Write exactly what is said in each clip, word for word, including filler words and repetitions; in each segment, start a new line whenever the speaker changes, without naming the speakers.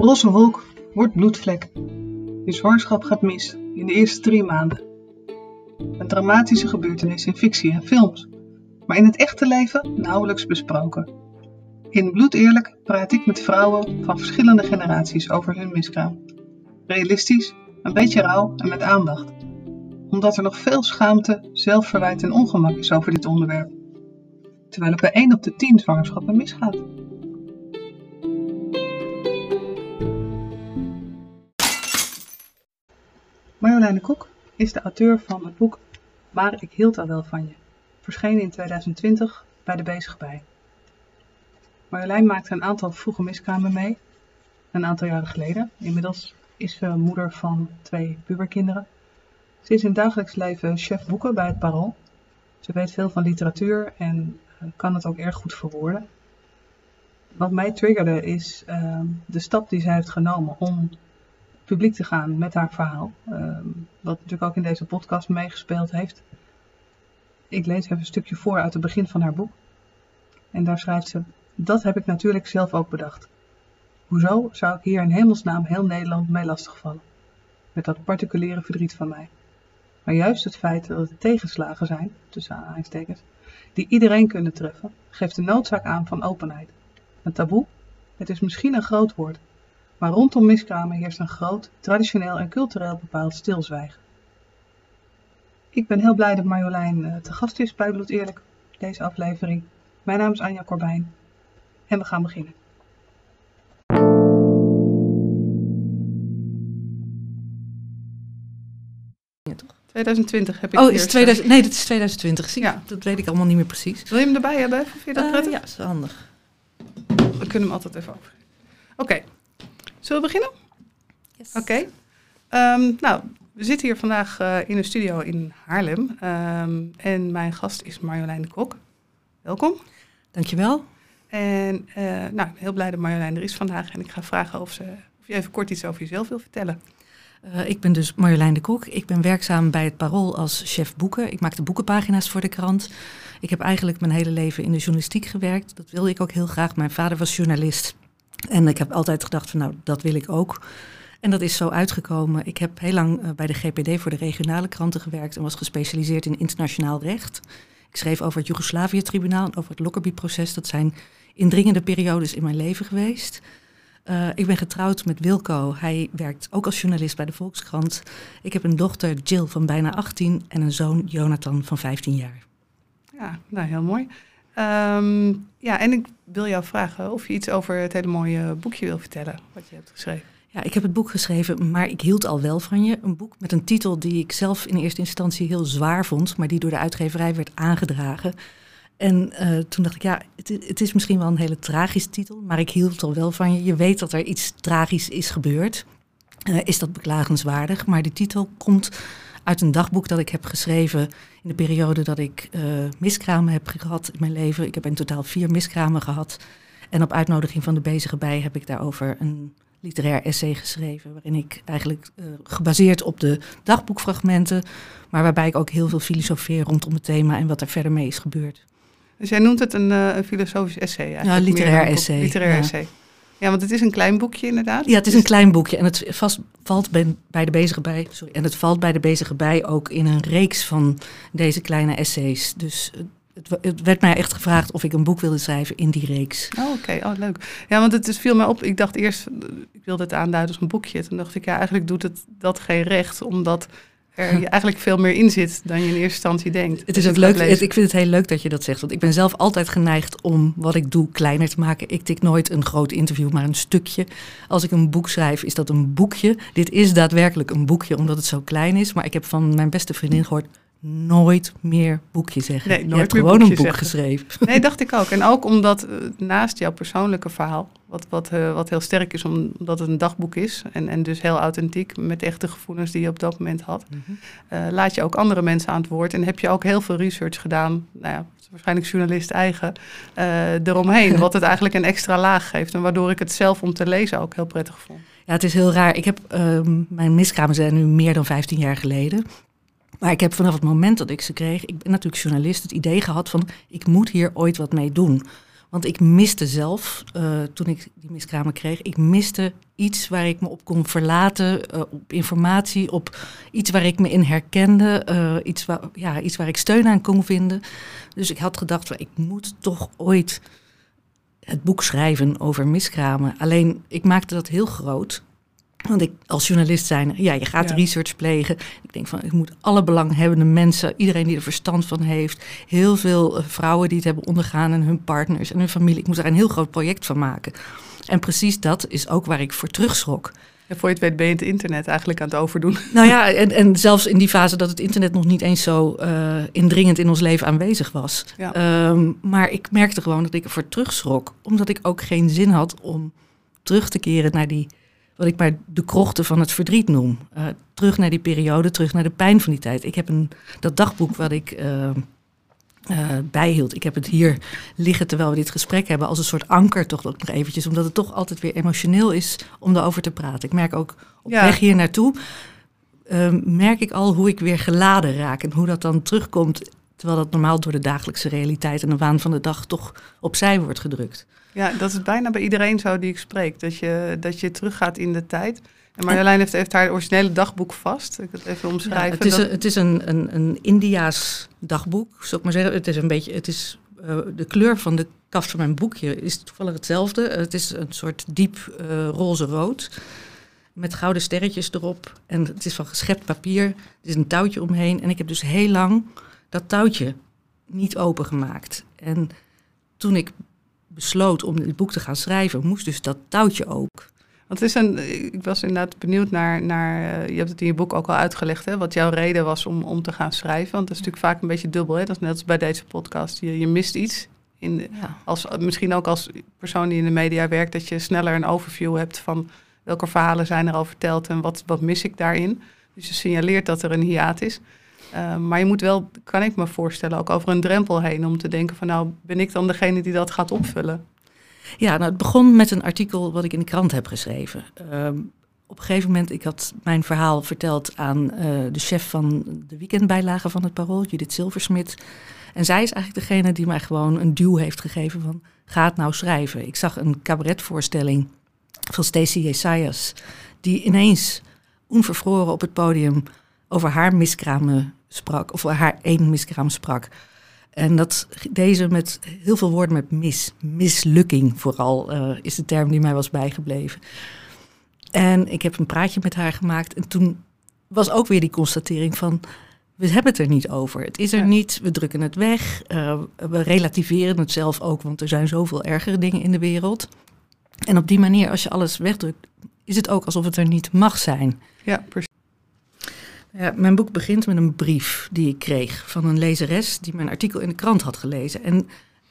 Roze wolk wordt bloedvlek. Je zwangerschap gaat mis in de eerste drie maanden. Een dramatische gebeurtenis in fictie en films, maar in het echte leven nauwelijks besproken. In Bloed Eerlijk praat ik met vrouwen van verschillende generaties over hun miskraam. Realistisch, een beetje rauw en met aandacht. Omdat er nog veel schaamte, zelfverwijt en ongemak is over dit onderwerp. Terwijl het bij één op de tien zwangerschappen misgaat. Marjoleine Kok is de auteur van het boek Maar ik hield al wel van je, verschenen in tweeduizend twintig bij de Bezig Bij. Marjolein maakte een aantal vroege miskramen mee, een aantal jaren geleden. Inmiddels is ze moeder van twee puberkinderen. Ze is in het dagelijks leven chef boeken bij het Parool. Ze weet veel van literatuur en kan het ook erg goed verwoorden. Wat mij triggerde is uh, de stap die zij heeft genomen om publiek te gaan met haar verhaal. Uh, wat natuurlijk ook in deze podcast meegespeeld heeft. Ik lees even een stukje voor uit het begin van haar boek. En daar schrijft ze: dat heb ik natuurlijk zelf ook bedacht. Hoezo zou ik hier in hemelsnaam heel Nederland mee lastigvallen? Met dat particuliere verdriet van mij. Maar juist het feit dat het tegenslagen zijn, tussen aanhalingstekens, die iedereen kunnen treffen, geeft de noodzaak aan van openheid. Een taboe? Het is misschien een groot woord. Maar rondom miskramen heerst een groot, traditioneel en cultureel bepaald stilzwijgen. Ik ben heel blij dat Marjolein te gast is bij Bloed Eerlijk, deze aflevering. Mijn naam is Anja Corbijn en we gaan beginnen.
Ja, toch?
tweeduizend twintig heb ik
Oh, is tweeduizend, nee, dat is tweeduizend twintig. Zie,
ja.
Dat weet ik allemaal niet meer precies.
Wil je hem erbij hebben? Vind je dat prettig?
Uh, ja, dat is handig.
We kunnen hem altijd even over. Oké, okay. Zullen we beginnen?
Yes.
Oké. Okay. Um, nou, we zitten hier vandaag uh, in een studio in Haarlem. Um, en mijn gast is Marjoleine Kok. Welkom.
Dankjewel.
En uh, nou, heel blij dat Marjolein er is vandaag. En ik ga vragen of, ze, of je even kort iets over jezelf wil vertellen.
Uh, ik ben dus Marjoleine de Kok. Ik ben werkzaam bij het Parool als chef boeken. Ik maak de boekenpagina's voor de krant. Ik heb eigenlijk mijn hele leven in de journalistiek gewerkt. Dat wilde ik ook heel graag. Mijn vader was journalist. En ik heb altijd gedacht van nou, dat wil ik ook. En dat is zo uitgekomen. Ik heb heel lang uh, bij de G P D voor de regionale kranten gewerkt en was gespecialiseerd in internationaal recht. Ik schreef over het Joegoslavië-tribunaal en over het Lockerbie-proces. Dat zijn indringende periodes in mijn leven geweest. Uh, ik ben getrouwd met Wilco. Hij werkt ook als journalist bij de Volkskrant. Ik heb een dochter, Jill, van bijna achttien en een zoon, Jonathan, van vijftien jaar.
Ja, nou heel mooi. Um, ja, en ik wil jou vragen of je iets over het hele mooie boekje wil vertellen wat je hebt geschreven.
Ja, ik heb het boek geschreven, maar ik hield al wel van je. Een boek met een titel die ik zelf in eerste instantie heel zwaar vond, maar die door de uitgeverij werd aangedragen. En uh, toen dacht ik, ja, het, het is misschien wel een hele tragische titel, maar ik hield al wel van je. Je weet dat er iets tragisch is gebeurd. Uh, is dat beklagenswaardig? Maar die titel komt uit een dagboek dat ik heb geschreven in de periode dat ik uh, miskramen heb gehad in mijn leven. Ik heb in totaal vier miskramen gehad. En op uitnodiging van de Bezige Bij heb ik daarover een literair essay geschreven, waarin ik eigenlijk uh, gebaseerd op de dagboekfragmenten, maar waarbij ik ook heel veel filosofeer rondom het thema en wat er verder mee is gebeurd.
Dus jij noemt het een, uh, een filosofisch essay eigenlijk?
Ja, literair essay.
Literair
ja.
essay. Ja, want het is een klein boekje inderdaad.
Ja, het is een klein boekje en het vast, valt bij, bij de Bezige Bij, sorry, en het valt bij de Bezige Bij ook in een reeks van deze kleine essays. Dus het, het werd mij echt gevraagd of ik een boek wilde schrijven in die reeks.
Oh, oké. Okay. Oh, leuk. Ja, want het is, viel mij op. Ik dacht eerst, ik wilde het aanduiden als een boekje. Toen dacht ik, ja, eigenlijk doet het dat geen recht, omdat er eigenlijk veel meer in zit dan je in eerste instantie denkt.
Het is ook leuk. Het, ik vind het heel leuk dat je dat zegt. Want ik ben zelf altijd geneigd om wat ik doe kleiner te maken. Ik tik nooit een groot interview, maar een stukje. Als ik een boek schrijf, is dat een boekje. Dit is daadwerkelijk een boekje, omdat het zo klein is. Maar ik heb van mijn beste vriendin gehoord, nooit meer boekje zeggen.
Nee, nooit
je hebt
meer
gewoon een boek
zeggen.
geschreven.
Nee, dacht ik ook. En ook omdat uh, naast jouw persoonlijke verhaal, wat, wat, uh, wat heel sterk is omdat het een dagboek is en, en dus heel authentiek met echte gevoelens die je op dat moment had, mm-hmm. uh, laat je ook andere mensen aan het woord en heb je ook heel veel research gedaan, nou ja, waarschijnlijk journalist eigen, uh, eromheen, wat het eigenlijk een extra laag geeft en waardoor ik het zelf om te lezen ook heel prettig vond.
Ja, het is heel raar. Ik heb, uh, mijn miskramen zijn nu meer dan vijftien jaar geleden. Maar ik heb vanaf het moment dat ik ze kreeg, ik ben natuurlijk journalist, het idee gehad van ik moet hier ooit wat mee doen. Want ik miste zelf, uh, toen ik die miskramen kreeg, ik miste iets waar ik me op kon verlaten, uh, op informatie, op iets waar ik me in herkende, uh, iets, waar, ja, iets waar ik steun aan kon vinden. Dus ik had gedacht, ik moet toch ooit het boek schrijven over miskramen. Alleen, ik maakte dat heel groot. Want ik als journalist zijn, ja, je gaat ja. research plegen. Ik denk van, ik moet alle belanghebbende mensen, iedereen die er verstand van heeft, heel veel uh, vrouwen die het hebben ondergaan en hun partners en hun familie. Ik moet daar een heel groot project van maken. En precies dat is ook waar ik voor terugschrok.
En voor je het weet ben je het internet eigenlijk aan het overdoen.
Nou ja, en, en zelfs in die fase dat het internet nog niet eens zo uh, indringend in ons leven aanwezig was. Ja. Um, maar ik merkte gewoon dat ik ervoor terugschrok. Omdat ik ook geen zin had om terug te keren naar die, wat ik maar de krochten van het verdriet noem. Uh, terug naar die periode, terug naar de pijn van die tijd. Ik heb een, dat dagboek wat ik uh, uh, bijhield. Ik heb het hier liggen terwijl we dit gesprek hebben als een soort anker toch nog eventjes. Omdat het toch altijd weer emotioneel is om daarover te praten. Ik merk ook op ja. weg hier naartoe, uh, merk ik al hoe ik weer geladen raak. En hoe dat dan terugkomt, terwijl dat normaal door de dagelijkse realiteit en de waan van de dag toch opzij wordt gedrukt.
Ja, dat is bijna bij iedereen zo die ik spreek. Dat je, dat je teruggaat in de tijd. En Marjolein heeft, heeft haar originele dagboek vast. Ik het even omschrijven.
Ja, het is,
dat...
een, het is een, een, een Indiaas dagboek, zou ik maar zeggen. Het is een beetje, het is uh, de kleur van de kaft van mijn boekje is toevallig hetzelfde. Het is een soort diep uh, roze rood met gouden sterretjes erop. En het is van geschept papier. Er is een touwtje omheen. En ik heb dus heel lang dat touwtje niet opengemaakt. En toen ik besloot om dit boek te gaan schrijven, moest dus dat touwtje ook.
Want het is een, ik was inderdaad benieuwd naar, naar, je hebt het in je boek ook al uitgelegd, hè, wat jouw reden was om, om te gaan schrijven. Want dat is natuurlijk vaak een beetje dubbel, hè? Dat is net als bij deze podcast. Je, je mist iets, in, ja. als, misschien ook als persoon die in de media werkt, dat je sneller een overview hebt van welke verhalen zijn er al verteld en wat, wat mis ik daarin. Dus je signaleert dat er een hiaat is. Uh, maar je moet wel, kan ik me voorstellen, ook over een drempel heen om te denken van nou, ben ik dan degene die dat gaat opvullen?
Ja, nou het begon met een artikel wat ik in de krant heb geschreven. Uh, op een gegeven moment, ik had mijn verhaal verteld aan uh, de chef van de weekendbijlage van het Parool, Judith Silversmit. En zij is eigenlijk degene die mij gewoon een duw heeft gegeven van, ga het nou schrijven. Ik zag een cabaretvoorstelling van Stacey Esaias, die ineens onvervroren op het podium over haar miskramen sprak, of haar één miskraam sprak. En dat deze met heel veel woorden met mis, mislukking vooral, uh, is de term die mij was bijgebleven. En ik heb een praatje met haar gemaakt en toen was ook weer die constatering van, we hebben het er niet over. Het is er ja. niet, we drukken het weg, uh, we relativeren het zelf ook, want er zijn zoveel ergere dingen in de wereld. En op die manier, als je alles wegdrukt, is het ook alsof het er niet mag zijn.
Ja, precies.
Ja, mijn boek begint met een brief die ik kreeg van een lezeres die mijn artikel in de krant had gelezen. En uh,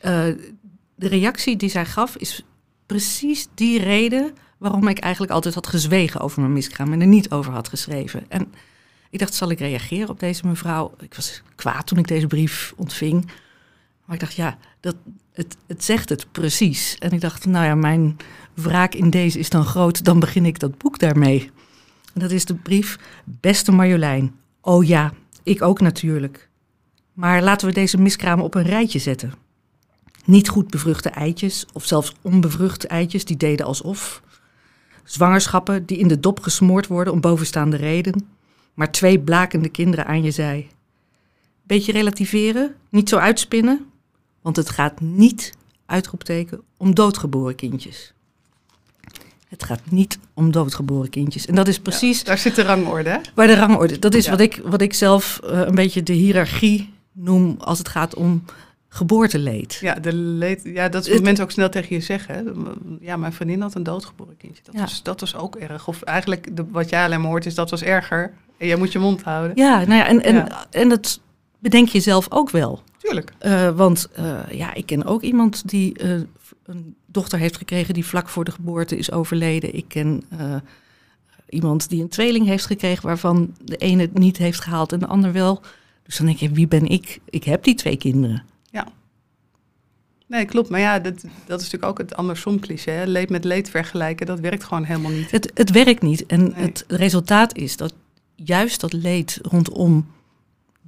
de reactie die zij gaf is precies die reden waarom ik eigenlijk altijd had gezwegen over mijn miskraam en er niet over had geschreven. En ik dacht, zal ik reageren op deze mevrouw? Ik was kwaad toen ik deze brief ontving. Maar ik dacht, ja, dat, het, het zegt het precies. En ik dacht, nou ja, mijn wraak in deze is dan groot, dan begin ik dat boek daarmee. En dat is de brief, beste Marjolein. Oh ja, ik ook natuurlijk. Maar laten we deze miskramen op een rijtje zetten. Niet goed bevruchte eitjes, of zelfs onbevruchte eitjes die deden alsof. Zwangerschappen die in de dop gesmoord worden om bovenstaande reden. Maar twee blakende kinderen aan je zij. Beetje relativeren, niet zo uitspinnen. Want het gaat niet, uitroepteken, om doodgeboren kindjes. Het gaat niet om doodgeboren kindjes. En dat is precies...
Ja, daar zit de rangorde, hè?
Waar de rangorde... Dat is
ja.
wat, ik, wat ik zelf uh, een beetje de hiërarchie noem als het gaat om geboorteleed.
Ja, de leed, ja dat is wat het, mensen ook snel tegen je zeggen. Hè? Ja, mijn vriendin had een doodgeboren kindje. Dat, ja. was, dat was ook erg. Of eigenlijk, de, wat jij alleen maar hoort, is dat was erger. En jij moet je mond houden.
Ja, nou ja, en, en, ja. en dat bedenk je zelf ook wel.
Tuurlijk.
Uh, want uh, ja, ik ken ook iemand die uh, een dochter heeft gekregen die vlak voor de geboorte is overleden. Ik ken uh, iemand die een tweeling heeft gekregen waarvan de ene het niet heeft gehaald en de ander wel. Dus dan denk je, wie ben ik? Ik heb die twee kinderen.
Ja. Nee, klopt. Maar ja, dat, dat is natuurlijk ook het andersom cliché. Hè? Leed met leed vergelijken, dat werkt gewoon helemaal niet.
Het, het werkt niet. En nee. het resultaat is dat juist dat leed rondom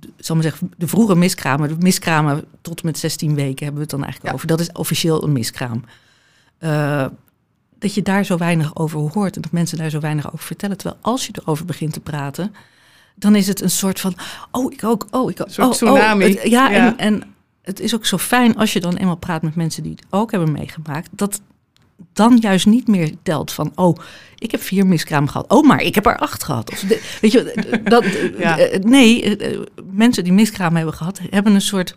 zal maar zeggen, de vroege miskramen, de miskramen tot en met zestien weken hebben we het dan eigenlijk ja. over. Dat is officieel een miskraam. Uh, dat je daar zo weinig over hoort en dat mensen daar zo weinig over vertellen. Terwijl als je erover begint te praten, dan is het een soort van, oh, ik ook, oh, ik ook. Een
soort
oh,
tsunami.
Oh, het, ja, ja. En, en het is ook zo fijn als je dan eenmaal praat met mensen die het ook hebben meegemaakt, dat dan juist niet meer telt van, oh, ik heb vier miskramen gehad. Oh, maar ik heb er acht gehad. Of de, weet je, dat, ja. nee, mensen die miskramen hebben gehad, hebben een soort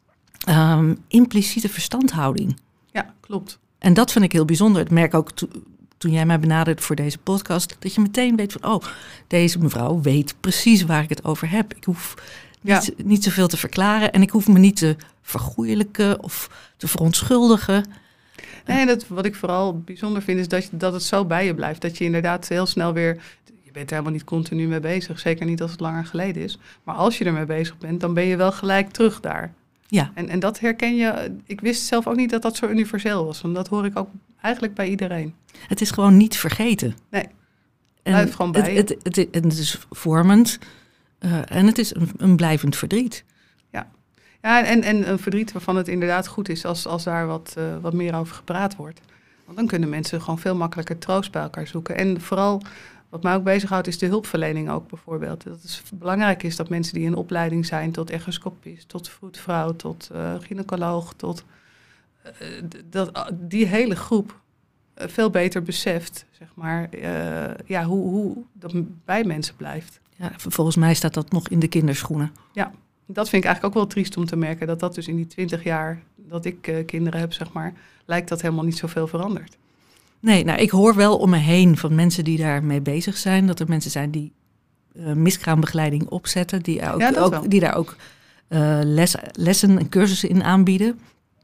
um, impliciete verstandhouding.
Ja, klopt.
En dat vind ik heel bijzonder. Ik merk ook to, toen jij mij benadert voor deze podcast, dat je meteen weet van, oh, deze mevrouw weet precies waar ik het over heb. Ik hoef niet, ja. niet zoveel te verklaren en ik hoef me niet te vergoeilijken of te verontschuldigen.
Nee, dat, wat ik vooral bijzonder vind is dat, je, dat het zo bij je blijft. Dat je inderdaad heel snel weer, je bent er helemaal niet continu mee bezig. Zeker niet als het langer geleden is. Maar als je ermee bezig bent, dan ben je wel gelijk terug daar.
Ja.
En, en dat herken je. Ik wist zelf ook niet dat dat zo universeel was. Want dat hoor ik ook eigenlijk bij iedereen.
Het is gewoon niet vergeten.
Nee, blijf gewoon bij
het, het, het, het, het is vormend uh, en het is een, een blijvend verdriet.
Ja, ja en, en een verdriet waarvan het inderdaad goed is als, als daar wat, uh, wat meer over gepraat wordt. Want dan kunnen mensen gewoon veel makkelijker troost bij elkaar zoeken. En vooral, wat mij ook bezighoudt, is de hulpverlening ook bijvoorbeeld. Dat het belangrijk is dat mensen die in opleiding zijn tot echoscopist, tot vroedvrouw, tot uh, gynaecoloog, tot uh, dat, die hele groep uh, veel beter beseft, zeg maar, uh, ja, hoe, hoe dat bij mensen blijft.
Ja, volgens mij staat dat nog in de kinderschoenen.
Ja, dat vind ik eigenlijk ook wel triest om te merken, dat dat dus in die twintig jaar dat ik uh, kinderen heb, zeg maar, lijkt dat helemaal niet zoveel veranderd.
Nee, nou, ik hoor wel om me heen van mensen die daarmee bezig zijn, dat er mensen zijn die uh, miskraambegeleiding opzetten, die, ook,
ja,
ook, die daar ook uh, les, lessen en cursussen in aanbieden.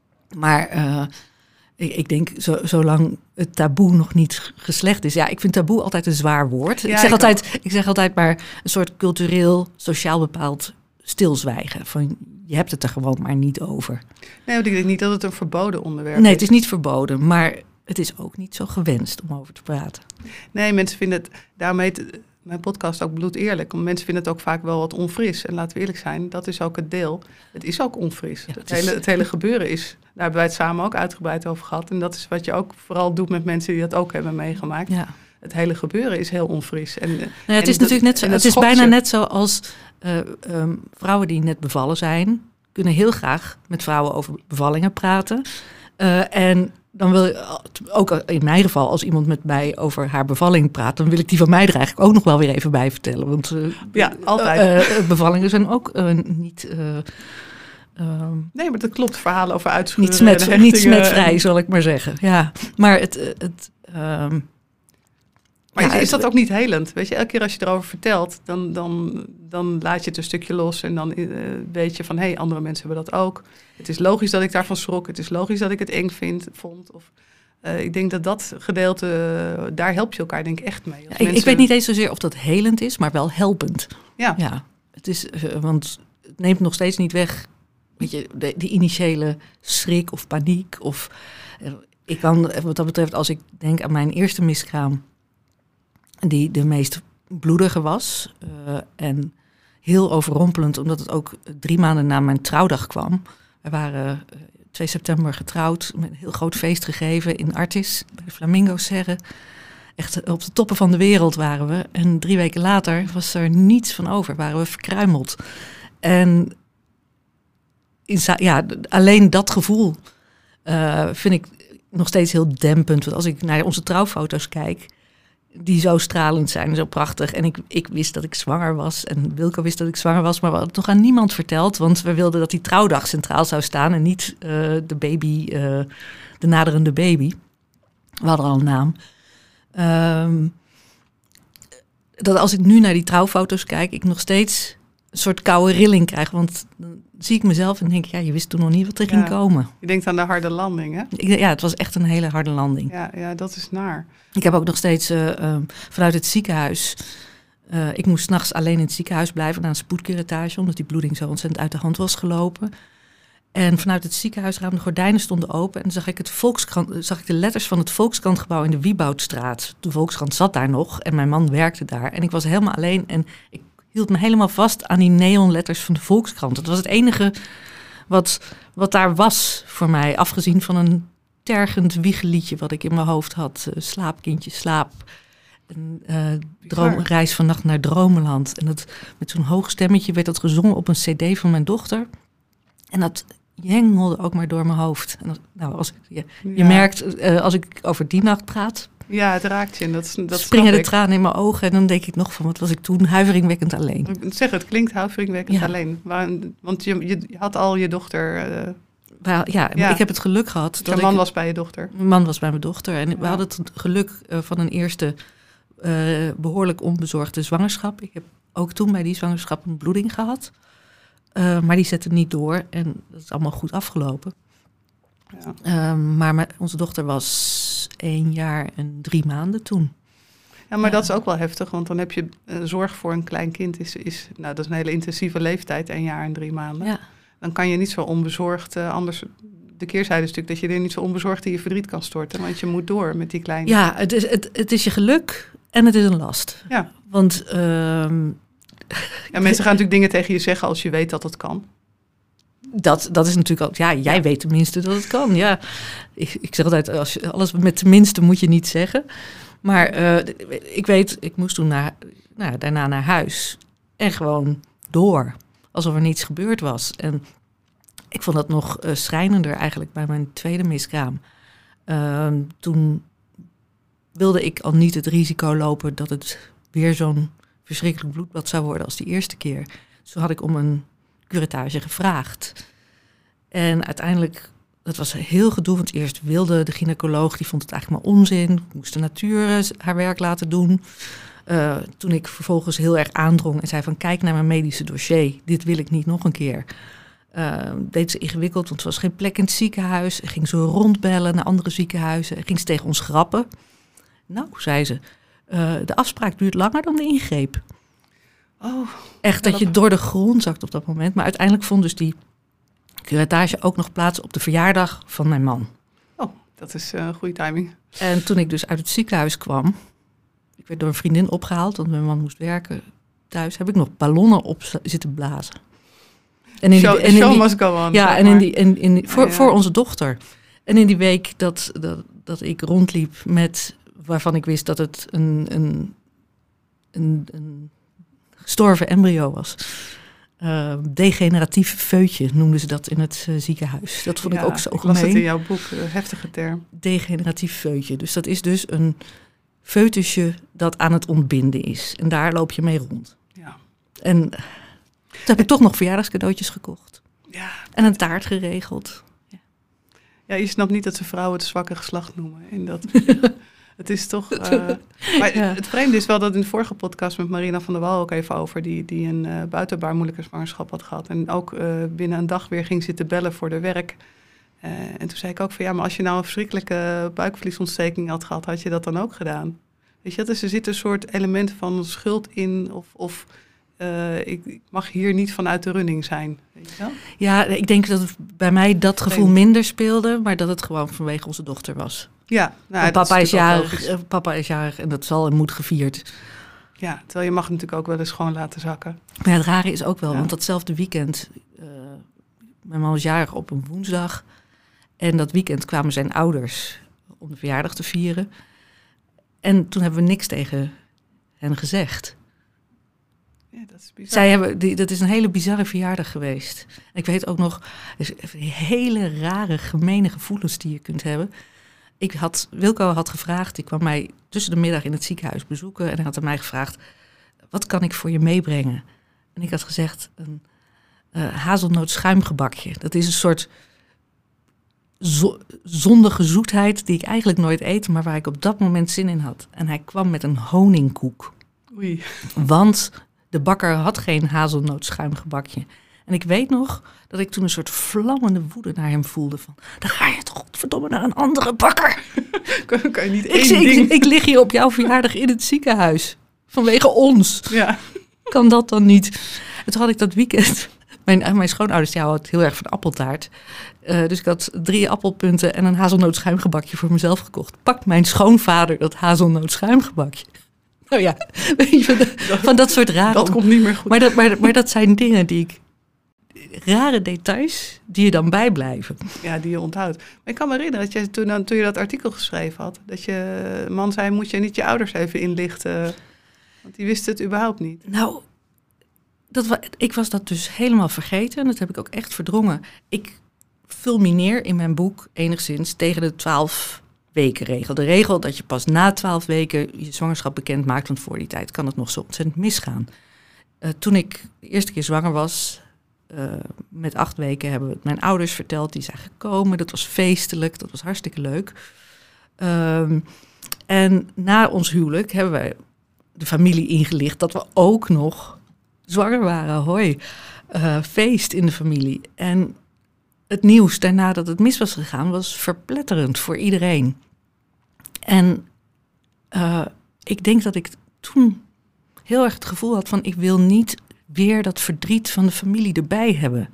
Maar uh, ik, ik denk, zo, zolang het taboe nog niet geslecht is. Ja, ik vind taboe altijd een zwaar woord.
Ja,
ik, zeg
ik,
altijd, ik zeg altijd maar een soort cultureel, sociaal bepaald stilzwijgen. Van, je hebt het er gewoon maar niet over.
Nee, want ik denk niet dat het een verboden onderwerp
nee,
is.
Nee, het is niet verboden, maar het is ook niet zo gewenst om over te praten.
Nee, mensen vinden het, daarmee het, mijn podcast ook bloedeerlijk. Want mensen vinden het ook vaak wel wat onfris. En laten we eerlijk zijn, dat is ook het deel. Het is ook onfris. Ja, het, het, is... hele, het hele gebeuren is, daar hebben wij het samen ook uitgebreid over gehad. En dat is wat je ook vooral doet met mensen die dat ook hebben meegemaakt.
Ja.
Het hele gebeuren is heel onfris. En,
nou ja, het
en
is
dat,
natuurlijk net zo. Het is bijna
je.
net zoals uh, um, vrouwen die net bevallen zijn, kunnen heel graag met vrouwen over bevallingen praten. Uh, en dan wil je, ook in mijn geval, als iemand met mij over haar bevalling praat, dan wil ik die van mij er eigenlijk ook nog wel weer even bij vertellen. Want uh,
ja, altijd.
Uh, uh, bevallingen zijn ook uh, niet. Uh, uh,
nee, maar dat klopt. Verhalen over uitschuren.
Niet, smet, niet smetvrij, zal ik maar zeggen. Ja, maar het. het uh,
Maar ja, is, is dat ook niet helend? Weet je, elke keer als je erover vertelt, dan, dan, dan laat je het een stukje los en dan uh, weet je van, hé, hey, andere mensen hebben dat ook. Het is logisch dat ik daarvan schrok. Het is logisch dat ik het eng vind, vond. Of, uh, ik denk dat dat gedeelte, uh, daar help je elkaar denk ik echt mee.
Ja, ik, mensen... ik weet niet eens zozeer of dat helend is, maar wel helpend.
Ja.
Ja, het is, uh, want het neemt nog steeds niet weg, weet je, de, die initiële schrik of paniek. Of, uh, ik kan, wat dat betreft, als ik denk aan mijn eerste miskraam, die de meest bloedige was. Uh, en heel overrompelend, omdat het ook drie maanden na mijn trouwdag kwam. We waren uh, twee september getrouwd, met een heel groot feest gegeven in Artis, bij de Flamingo-serre. Echt op de toppen van de wereld waren we. En drie weken later was er niets van over, waren we verkruimeld. En in, ja, alleen dat gevoel uh, vind ik nog steeds heel dempend. Want als ik naar onze trouwfoto's kijk, die zo stralend zijn en zo prachtig. En ik, ik wist dat ik zwanger was. En Wilco wist dat ik zwanger was. Maar we hadden het toch aan niemand verteld. Want we wilden dat die trouwdag centraal zou staan. En niet uh, de baby, uh, de naderende baby. We hadden al een naam. Um, dat als ik nu naar die trouwfoto's kijk, ik nog steeds een soort koude rilling krijg. Want dan zie ik mezelf en denk ik, ja, je wist toen nog niet wat er ja, ging komen.
Je denkt aan de harde landing, hè?
Ik, ja, het was echt een hele harde landing.
Ja, ja, dat is naar.
Ik heb ook nog steeds uh, um, vanuit het ziekenhuis, uh, ik moest 's nachts alleen in het ziekenhuis blijven na een spoedcuratage, omdat die bloeding zo ontzettend uit de hand was gelopen. En vanuit het ziekenhuisraam, de gordijnen stonden open en dan zag ik, het Volkskrant, zag ik de letters van het Volkskrantgebouw in de Wieboudstraat. De Volkskrant zat daar nog en mijn man werkte daar. En ik was helemaal alleen en ik hield me helemaal vast aan die neonletters van de Volkskrant. Dat was het enige wat, wat daar was voor mij. Afgezien van een tergend wiegeliedje wat ik in mijn hoofd had. Uh, slaap, kindje, slaap. Een uh, droom, reis van nacht naar Dromenland. En dat, met zo'n hoog stemmetje werd dat gezongen op een cd van mijn dochter. En dat jengelde ook maar door mijn hoofd. En dat, nou, als, je, je ja. merkt, uh, als ik over die nacht praat...
Ja, het raakt je. En dat, dat
springen de tranen in mijn ogen. En dan denk ik nog van, wat was ik toen huiveringwekkend alleen.
Ik zeg, het klinkt huiveringwekkend
ja.
alleen. Want je, je had al je dochter... Uh,
ja, ja, ja, ik heb het geluk gehad.
Dat man ik, was bij je dochter.
Mijn man was bij mijn dochter. En ja. we hadden het geluk uh, van een eerste uh, behoorlijk onbezorgde zwangerschap. Ik heb ook toen bij die zwangerschap een bloeding gehad. Uh, maar die zette niet door. En dat is allemaal goed afgelopen. Ja. Uh, maar mijn, onze dochter was één jaar en drie maanden toen.
Ja, maar ja. dat is ook wel heftig. Want dan heb je uh, zorg voor een klein kind. Is, is, nou, dat is een hele intensieve leeftijd. één jaar en drie maanden.
Ja.
Dan kan je niet zo onbezorgd... Uh, anders, de keerzijde is natuurlijk dat je er niet zo onbezorgd in je verdriet kan storten. Want je moet door met die kleine...
Ja, het is, het, het is je geluk en het is een last.
Ja.
Want... Uh,
ja, mensen gaan natuurlijk dingen tegen je zeggen als je weet dat het kan.
Dat, dat is natuurlijk al... Ja, jij ja. weet tenminste dat het kan. Ja, ik, ik zeg altijd, als je, alles met tenminste moet je niet zeggen. Maar uh, ik weet, ik moest toen naar, nou, daarna naar huis. En gewoon door. Alsof er niets gebeurd was. En ik vond dat nog uh, schrijnender eigenlijk bij mijn tweede miskraam. Uh, toen wilde ik al niet het risico lopen dat het weer zo'n verschrikkelijk bloedbad zou worden als de eerste keer. Dus toen had ik om een curettage gevraagd. En uiteindelijk, dat was heel gedoe, want eerst wilde de gynaecoloog, die vond het eigenlijk maar onzin. Moest de natuur haar werk laten doen. Uh, toen ik vervolgens heel erg aandrong en zei van kijk naar mijn medische dossier, dit wil ik niet nog een keer. Uh, deed ze ingewikkeld, want er was geen plek in het ziekenhuis. En ging ze rondbellen naar andere ziekenhuizen. En ging ze tegen ons grappen. Nou, zei ze, uh, de afspraak duurt langer dan de ingreep.
Oh,
echt dat je door de grond zakt op dat moment. Maar uiteindelijk vond dus die curettage ook nog plaats op de verjaardag van mijn man.
Oh, dat is een uh, goede timing.
En toen ik dus uit het ziekenhuis kwam, ik werd door een vriendin opgehaald, want mijn man moest werken thuis, heb ik nog ballonnen op zitten blazen.
En in show, die, en show in die, must go on.
Ja, en in die, in, in die, voor, ah, ja. voor onze dochter. En in die week dat, dat, dat ik rondliep met, waarvan ik wist dat het een, een, een, een gestorven embryo was. Uh, degeneratief feutje noemden ze dat in het uh, ziekenhuis. Dat vond ja, ik ook zo gemeen.
Ik las het in jouw boek, uh, heftige term.
Degeneratief feutje. Dus dat is dus een foetusje dat aan het ontbinden is. En daar loop je mee rond.
Ja.
En toen heb ik toch nog verjaardagscadeautjes gekocht.
Ja.
En een taart geregeld.
Ja, ja, je snapt niet dat ze vrouwen het zwakke geslacht noemen. En dat... Het is toch... Uh, maar ja. Het vreemde is wel dat in de vorige podcast met Marina van der Wal ook even over... die, die een uh, buitenbaarmoedelijke zwangerschap had gehad. En ook uh, binnen een dag weer ging zitten bellen voor de werk. Uh, en toen zei ik ook van ja, maar als je nou een verschrikkelijke buikvliesontsteking had gehad... had je dat dan ook gedaan? Weet je, dus er zit een soort element van schuld in of... of Uh, ik, ik mag hier niet vanuit de running zijn. Weet je wel?
Ja, ik denk dat het bij mij dat gevoel minder speelde, maar dat het gewoon vanwege onze dochter was.
Ja, nou,
papa, is is jarig, papa is jarig en dat zal en moet gevierd.
Ja, terwijl je mag natuurlijk ook wel eens gewoon laten zakken.
Maar ja, het rare is ook wel, ja. want datzelfde weekend, uh, mijn man was jarig op een woensdag en dat weekend kwamen zijn ouders om de verjaardag te vieren. En toen hebben we niks tegen hen gezegd.
Ja, dat is bizar.
Zij hebben, die, dat is een hele bizarre verjaardag geweest. Ik weet ook nog, dus hele rare, gemene gevoelens die je kunt hebben. Ik had, Wilco had gevraagd, die kwam mij tussen de middag in het ziekenhuis bezoeken. En hij had aan mij gevraagd, wat kan ik voor je meebrengen? En ik had gezegd, een uh, hazelnoot schuimgebakje. Dat is een soort zo, zondige zoetheid die ik eigenlijk nooit eet, maar waar ik op dat moment zin in had. En hij kwam met een honingkoek.
Oei.
Want de bakker had geen hazelnootschuimgebakje. En ik weet nog dat ik toen een soort vlammende woede naar hem voelde. Van, dan ga je toch godverdomme naar een andere bakker.
kan, kan je niet
ik,
één
ik,
ding...
ik lig hier op jouw verjaardag in het ziekenhuis. Vanwege ons.
Ja.
Kan dat dan niet? En toen had ik dat weekend... Mijn, mijn schoonouders die houden heel erg van appeltaart. Uh, dus ik had drie appelpunten en een hazelnootschuimgebakje voor mezelf gekocht. Pakt mijn schoonvader dat hazelnootschuimgebakje. Nou ja, weet je, van, de, van dat soort rare...
Dat komt niet meer goed.
Maar dat, maar, maar dat zijn dingen die ik... Rare details die je dan bijblijven.
Ja, die je onthoudt. Maar ik kan me herinneren dat je toen, toen je dat artikel geschreven had... dat je man zei, moet je niet je ouders even inlichten... Want die wisten het überhaupt niet.
Nou, dat wa- ik was dat dus helemaal vergeten. En dat heb ik ook echt verdrongen. Ik fulmineer in mijn boek enigszins tegen de twaalf weken regel. De regel dat je pas na twaalf weken je zwangerschap bekend maakt. Want voor die tijd kan het nog zo ontzettend misgaan. Uh, toen ik de eerste keer zwanger was... Uh, met acht weken hebben we het mijn ouders verteld. Die zijn gekomen. Dat was feestelijk. Dat was hartstikke leuk. Um, en na ons huwelijk hebben wij... de familie ingelicht dat we ook nog zwanger waren. Hoi, uh, feest in de familie. En het nieuws daarna dat het mis was gegaan... was verpletterend voor iedereen. En uh, ik denk dat ik toen heel erg het gevoel had van... ik wil niet weer dat verdriet van de familie erbij hebben.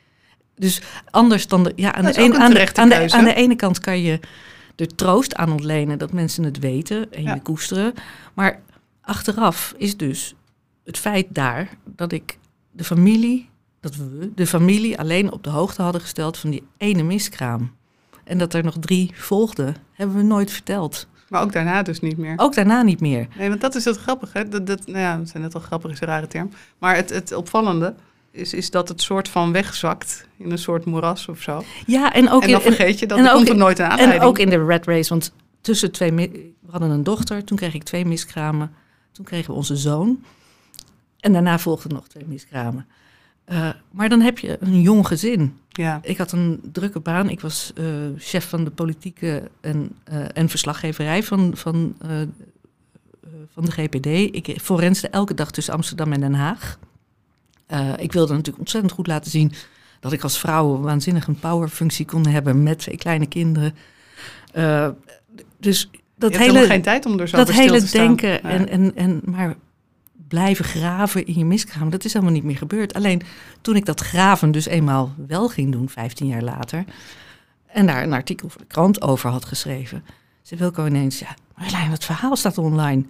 Dus anders dan... De, ja, aan, de een, aan, de, aan, de, aan de ene kant kan je er troost aan ontlenen... dat mensen het weten en ja. je koesteren. Maar... achteraf is dus het feit daar dat ik de familie, dat we de familie alleen op de hoogte hadden gesteld van die ene miskraam. En dat er nog drie volgden, hebben we nooit verteld.
Maar ook daarna dus niet meer?
Ook daarna niet meer.
Nee, want dat is het grappige. Hè? Dat, dat, nou ja, het zijn net al grappig, is een rare term. Maar het, het opvallende is, is dat het soort van wegzakt in een soort moeras of zo.
Ja, en ook
en dan
in,
vergeet je dat
en
er
ook
komt er nooit een aanleiding.
En ook in de rat race, want tussen twee... We hadden een dochter, toen kreeg ik twee miskramen. Toen kregen we onze zoon. En daarna volgden nog twee miskramen. Uh, maar dan heb je een jong gezin.
Ja. Ik
had een drukke baan. Ik was uh, chef van de politieke en, uh, en verslaggeverij van, van, uh, uh, van de G P D. Ik forensde elke dag tussen Amsterdam en Den Haag. Uh, ik wilde natuurlijk ontzettend goed laten zien... dat ik als vrouw waanzinnig een powerfunctie kon hebben... met twee kleine kinderen. Uh, dus... Dat
je hebt
hele,
geen tijd om er zo
dat
bij stil
hele
te staan.
denken
Ja.
en, en, en maar blijven graven in je miskraam, dat is helemaal niet meer gebeurd. Alleen toen ik dat graven dus eenmaal wel ging doen, vijftien jaar later, en daar een artikel voor de krant over had geschreven, zei Wilco ineens, ja, Marjolein, het verhaal staat online.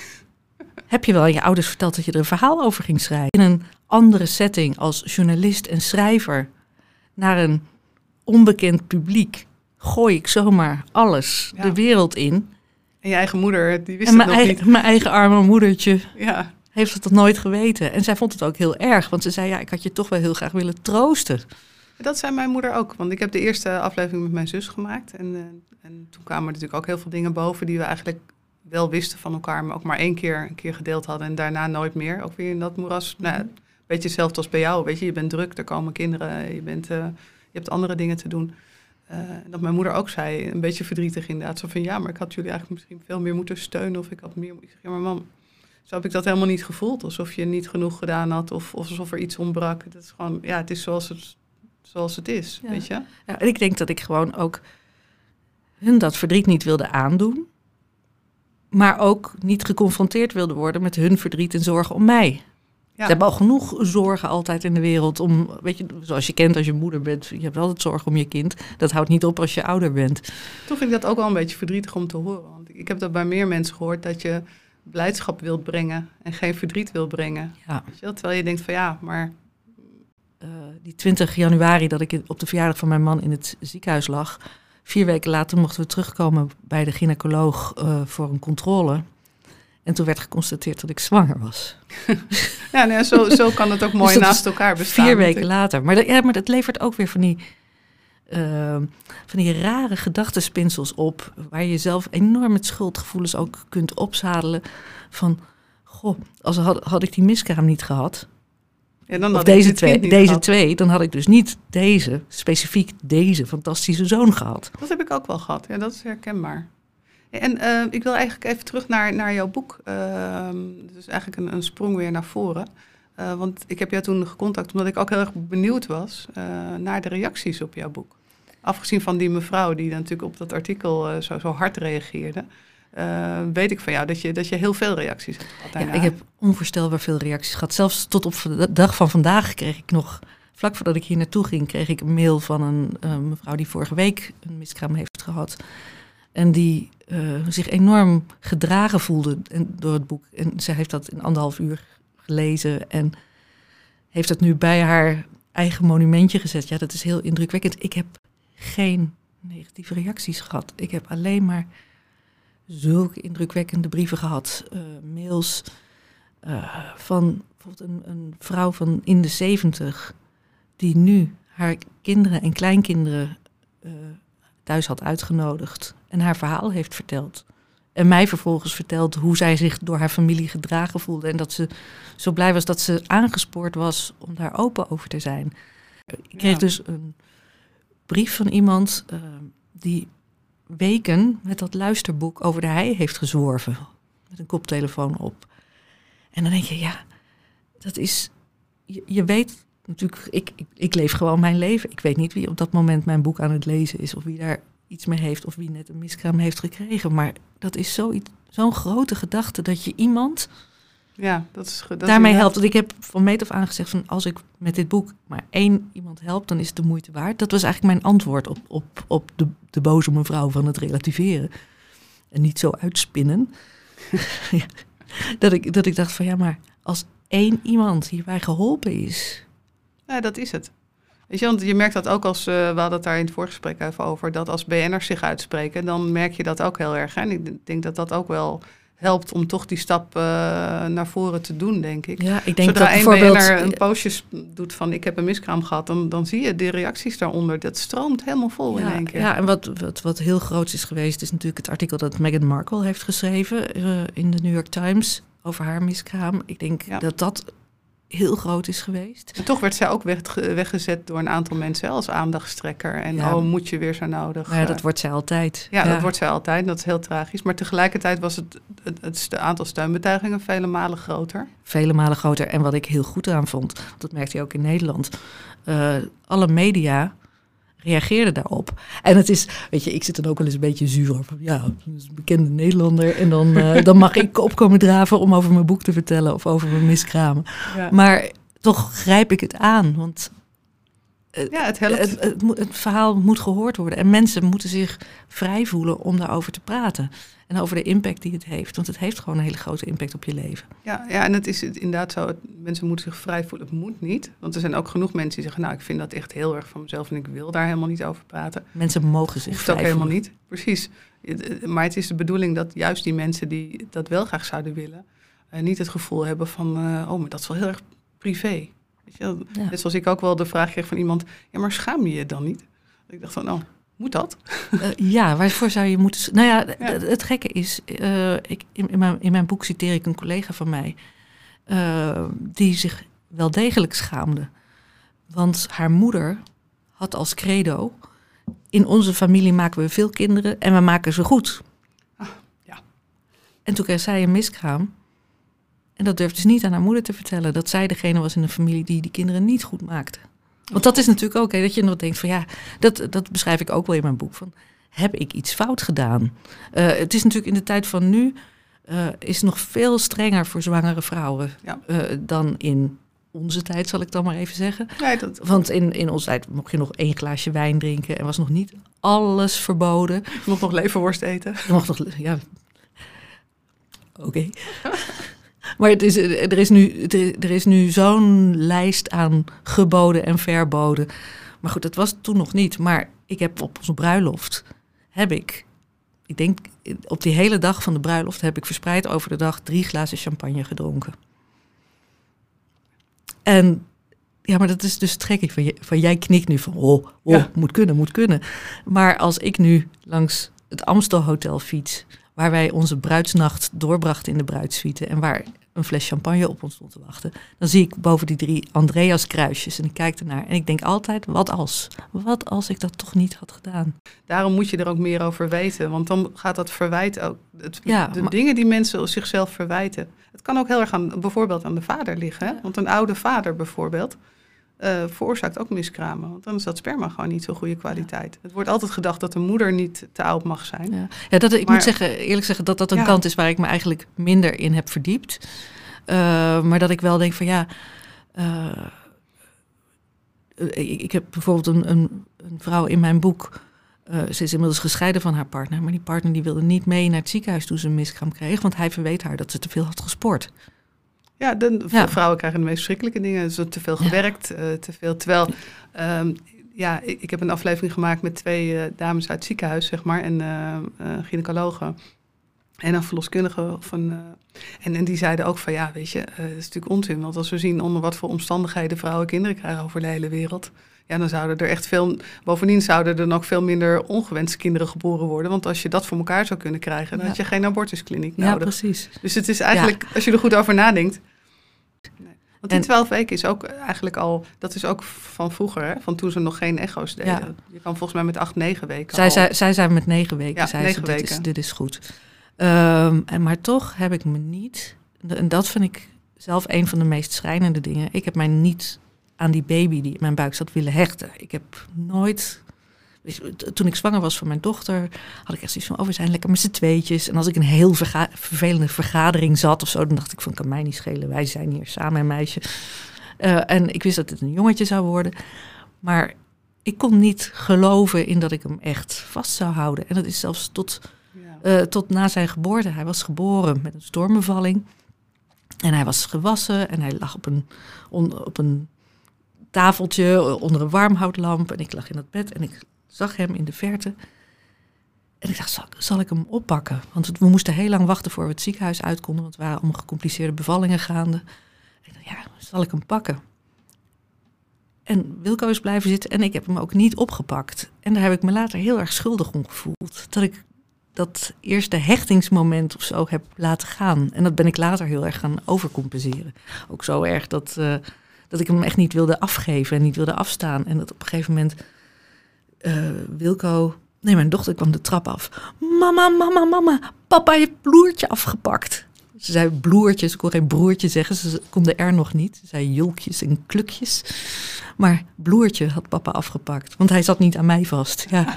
Heb je wel aan je ouders verteld dat je er een verhaal over ging schrijven? In een andere setting als journalist en schrijver naar een onbekend publiek gooi ik zomaar alles ja. de wereld in.
En je eigen moeder, die wist
en
het nog
eigen,
niet.
Mijn eigen arme moedertje
ja.
heeft het nooit geweten. En zij vond het ook heel erg, want ze zei, ja, ik had je toch wel heel graag willen troosten.
Dat zei mijn moeder ook, want ik heb de eerste aflevering met mijn zus gemaakt. En, uh, en toen kwamen er natuurlijk ook heel veel dingen boven die we eigenlijk wel wisten van elkaar, maar ook maar één keer, een keer gedeeld hadden en daarna nooit meer. Ook weer in dat moeras. Nou, een beetje hetzelfde als bij jou, weet je, je bent druk, er komen kinderen, je, bent, uh, je hebt andere dingen te doen. Uh, dat mijn moeder ook zei, een beetje verdrietig inderdaad. Zo van, ja, maar ik had jullie eigenlijk misschien veel meer moeten steunen. Of ik had meer... Ik zeg, ja, maar mam, zo heb ik dat helemaal niet gevoeld. Alsof je niet genoeg gedaan had of, of alsof er iets ontbrak. Het is gewoon, ja, het is zoals het, zoals het is,
ja.
weet je.
Ja, en ik denk dat ik gewoon ook hun dat verdriet niet wilde aandoen. Maar ook niet geconfronteerd wilde worden met hun verdriet en zorgen om mij. Ja. Ze hebben al genoeg zorgen altijd in de wereld om, weet je, zoals je kent als je moeder bent, je hebt altijd zorgen om je kind. Dat houdt niet op als je ouder bent.
Toch vind ik dat ook wel een beetje verdrietig om te horen. Want ik heb dat bij meer mensen gehoord, dat je blijdschap wilt brengen en geen verdriet wilt brengen.
Ja.
Weet je, terwijl je denkt van ja, maar...
Uh, die twintig januari dat ik op de verjaardag van mijn man in het ziekenhuis lag, vier weken later mochten we terugkomen bij de gynaecoloog uh, voor een controle. En toen werd geconstateerd dat ik zwanger was.
Ja, nee, zo, zo kan het ook mooi dus naast elkaar bestaan.
Vier weken later. Maar dat, ja, maar dat levert ook weer van die, uh, van die rare gedachtenspinsels op, waar je zelf enorm met schuldgevoelens ook kunt opzadelen. Van, goh, als had, had ik die miskraam niet gehad,
ja, dan
of
had
deze, twee, deze
gehad.
twee, dan had ik dus niet deze, specifiek deze fantastische zoon gehad.
Dat heb ik ook wel gehad. Ja, dat is herkenbaar. En uh, ik wil eigenlijk even terug naar, naar jouw boek. Uh, dus eigenlijk een, een sprong weer naar voren. Uh, want ik heb jou toen gecontact omdat ik ook heel erg benieuwd was uh, naar de reacties op jouw boek. Afgezien van die mevrouw die dan natuurlijk op dat artikel uh, zo, zo hard reageerde. Uh, weet ik van jou dat je, dat je heel veel reacties hebt gehad daarna.
Ja, ik heb onvoorstelbaar veel reacties gehad. Zelfs tot op de dag van vandaag kreeg ik nog, vlak voordat ik hier naartoe ging, kreeg ik een mail van een uh, mevrouw die vorige week een miskraam heeft gehad. En die uh, zich enorm gedragen voelde door het boek. En zij heeft dat in anderhalf uur gelezen en heeft het nu bij haar eigen monumentje gezet. Ja, dat is heel indrukwekkend. Ik heb geen negatieve reacties gehad. Ik heb alleen maar zulke indrukwekkende brieven gehad. Uh, mails uh, van bijvoorbeeld een, een vrouw van in de zeventig... die nu haar kinderen en kleinkinderen uh, thuis had uitgenodigd en haar verhaal heeft verteld. En mij vervolgens verteld hoe zij zich door haar familie gedragen voelde en dat ze zo blij was dat ze aangespoord was om daar open over te zijn. Ik kreeg ja. dus een brief van iemand uh, die weken met dat luisterboek over de hei heeft gezworven. Met een koptelefoon op. En dan denk je, ja, dat is... Je, je weet natuurlijk, ik, ik, ik leef gewoon mijn leven. Ik weet niet wie op dat moment mijn boek aan het lezen is, of wie daar iets mee heeft, of wie net een miskraam heeft gekregen. Maar dat is zoiets, zo'n grote gedachte dat je iemand
ja, dat is, dat
daarmee helpt. Want ik heb van meet af aan gezegd van als ik met dit boek maar één iemand help, dan is het de moeite waard. Dat was eigenlijk mijn antwoord op, op, op de, de boze mevrouw van het relativeren. En niet zo uitspinnen. ja, dat, ik, dat ik dacht van ja, maar als één iemand hierbij geholpen is.
Ja, dat is het. Weet je, want je merkt dat ook als, uh, we hadden het daar in het voorgesprek even over, dat als B N'ers zich uitspreken, dan merk je dat ook heel erg. Hè? En ik denk dat dat ook wel helpt om toch die stap uh, naar voren te doen, denk ik.
Ja, ik denk
Zodra
dat
een
bijvoorbeeld
B N'er een postje doet van ik heb een miskraam gehad, dan, dan zie je de reacties daaronder. Dat stroomt helemaal vol
ja,
in één keer.
Ja, en wat, wat, wat heel groot is geweest, is natuurlijk het artikel dat Meghan Markle heeft geschreven uh, in de New York Times over haar miskraam. Ik denk ja. dat dat heel groot is geweest.
En toch werd zij ook weg, weggezet door een aantal mensen als aandachtstrekker. En ja. oh, moet je weer zo nodig.
Maar ja, dat wordt zij altijd.
Ja,
ja,
dat wordt zij altijd. Dat is heel tragisch. Maar tegelijkertijd was het, het, het aantal steunbetuigingen vele malen groter.
Vele malen groter. En wat ik heel goed aan vond, dat merkte je ook in Nederland. Uh, alle media reageerden daarop. En het is, weet je, ik zit dan ook wel eens een beetje zuur. Van, ja, dat is een bekende Nederlander. En dan, uh, dan mag ik opkomen draven om over mijn boek te vertellen of over mijn miskramen. Ja. Maar toch grijp ik het aan, want uh,
ja, het, helpt.
Het, het, het, het verhaal moet gehoord worden. En mensen moeten zich vrij voelen om daarover te praten. En over de impact die het heeft. Want het heeft gewoon een hele grote impact op je leven.
Ja, ja en het is inderdaad zo. Het, mensen moeten zich vrij voelen. Het moet niet. Want er zijn ook genoeg mensen die zeggen, nou, ik vind dat echt heel erg van mezelf en ik wil daar helemaal niet over praten.
Mensen mogen zich
Hoeft
vrij
ook helemaal
voelen.
niet. Precies. Maar het is de bedoeling dat juist die mensen die dat wel graag zouden willen, uh, niet het gevoel hebben van, uh, oh, maar dat is wel heel erg privé. Weet je? Ja. Net zoals ik ook wel de vraag kreeg van iemand, ja, maar schaam je je dan niet? Ik dacht van, oh, moet dat?
Uh, ja, waarvoor zou je moeten... Nou ja, ja. Het, het gekke is, uh, ik, in, in, mijn, in mijn boek citeer ik een collega van mij, uh, die zich wel degelijk schaamde. Want haar moeder had als credo, in onze familie maken we veel kinderen en we maken ze goed.
Ah, ja.
En toen kreeg zij een miskraam. En dat durfde ze niet aan haar moeder te vertellen, dat zij degene was in de familie die die kinderen niet goed maakte. Want dat is natuurlijk ook, hè, dat je nog denkt van ja, dat, dat beschrijf ik ook wel in mijn boek. Van, heb ik iets fout gedaan? Uh, het is natuurlijk in de tijd van nu, uh, is nog veel strenger voor zwangere vrouwen ja. uh, dan in onze tijd, zal ik dan maar even zeggen.
Ja, dat...
Want in, in onze tijd mocht je nog één glaasje wijn drinken en was nog niet alles verboden.
Je mocht nog leverworst eten.
Je mocht nog, ja. Oké. Okay. Maar het is, er, is nu, er is nu zo'n lijst aan geboden en verboden. Maar goed, dat was toen nog niet. Maar ik heb op onze bruiloft, heb ik, ik denk op die hele dag van de bruiloft, heb ik verspreid over de dag drie glazen champagne gedronken. En ja, maar dat is dus het gekke van, je, van jij knikt nu van, oh, oh ja. moet kunnen, moet kunnen. Maar als ik nu langs het Amstel Hotel fiets, waar wij onze bruidsnacht doorbrachten in de bruidssuite en waar een fles champagne op ons stond te wachten, dan zie ik boven die drie Andreas kruisjes en ik kijk ernaar en ik denk altijd, wat als? Wat als ik dat toch niet had gedaan?
Daarom moet je er ook meer over weten, want dan gaat dat verwijt ook, het,
ja,
de
maar,
dingen die mensen zichzelf verwijten. Het kan ook heel erg aan, bijvoorbeeld aan de vader liggen, hè? Want een oude vader bijvoorbeeld Uh, veroorzaakt ook miskramen. Want dan is dat sperma gewoon niet zo'n goede kwaliteit. Ja. Het wordt altijd gedacht dat de moeder niet te oud mag zijn.
Ja, ja dat, ik maar, moet zeggen, eerlijk zeggen dat dat een ja. kant is waar ik me eigenlijk minder in heb verdiept. Uh, maar dat ik wel denk van ja, Uh, ik, ik heb bijvoorbeeld een, een, een vrouw in mijn boek Uh, ze is inmiddels gescheiden van haar partner. Maar die partner die wilde niet mee naar het ziekenhuis toen ze een miskraam kreeg. Want hij verweet haar dat ze te veel had gesport.
Ja, de, ja. vrouwen krijgen de meest verschrikkelijke dingen. Ze te veel gewerkt, ja. uh, te veel. Terwijl, um, ja, ik, ik heb een aflevering gemaakt met twee uh, dames uit het ziekenhuis, zeg maar. En uh, uh, gynaecologen. En een verloskundige. Van, uh, en, en die zeiden ook van, ja, weet je, uh, dat is natuurlijk onzin. Want als we zien onder wat voor omstandigheden vrouwen kinderen krijgen over de hele wereld... Ja, dan zouden er echt veel... Bovendien zouden er dan ook veel minder ongewenste kinderen geboren worden. Want als je dat voor elkaar zou kunnen krijgen... dan ja. had je geen abortuskliniek nodig.
Ja, precies.
Dus het is eigenlijk, ja. als je er goed over nadenkt... Nee. Want die twaalf weken is ook eigenlijk al... Dat is ook van vroeger, hè? Van toen ze nog geen echo's deden. Ja. Je kan volgens mij met acht, negen weken
zij,
al...
zij, zij zijn met negen weken.
Ja,
zei
negen
ze,
weken.
Dit is, dit is goed. Um, en maar toch heb ik me niet... En dat vind ik zelf een van de meest schrijnende dingen. Ik heb mij niet... aan die baby die in mijn buik zat willen hechten. Ik heb nooit... Toen ik zwanger was van mijn dochter... had ik echt zoiets van... oh, we zijn lekker met z'n tweetjes. En als ik een heel verga- vervelende vergadering zat of zo... dan dacht ik van, kan mij niet schelen. Wij zijn hier samen, een meisje. Uh, en ik wist dat het een jongetje zou worden. Maar ik kon niet geloven in dat ik hem echt vast zou houden. En dat is zelfs tot, ja. uh, tot na zijn geboorte. Hij was geboren met een stormbevalling. En hij was gewassen. En hij lag op een... On, op een tafeltje onder een warmhoutlamp en ik lag in het bed en ik zag hem in de verte. En ik dacht, zal, zal ik hem oppakken? Want we moesten heel lang wachten voor we het ziekenhuis uit konden, want het waren allemaal gecompliceerde bevallingen gaande. En ik dacht, ja, zal ik hem pakken? En Wilco is blijven zitten en ik heb hem ook niet opgepakt. En daar heb ik me later heel erg schuldig om gevoeld. Dat ik dat eerste hechtingsmoment of zo heb laten gaan. En dat ben ik later heel erg gaan overcompenseren. Ook zo erg dat... Uh, Dat ik hem echt niet wilde afgeven en niet wilde afstaan. En dat op een gegeven moment uh, Wilco... Nee, mijn dochter kwam de trap af. Mama, mama, mama, papa heeft bloertje afgepakt. Ze zei bloertje, ze kon geen broertje zeggen. Ze kon de R nog niet. Ze zei julkjes en klukjes. Maar bloertje had papa afgepakt. Want hij zat niet aan mij vast. Ja.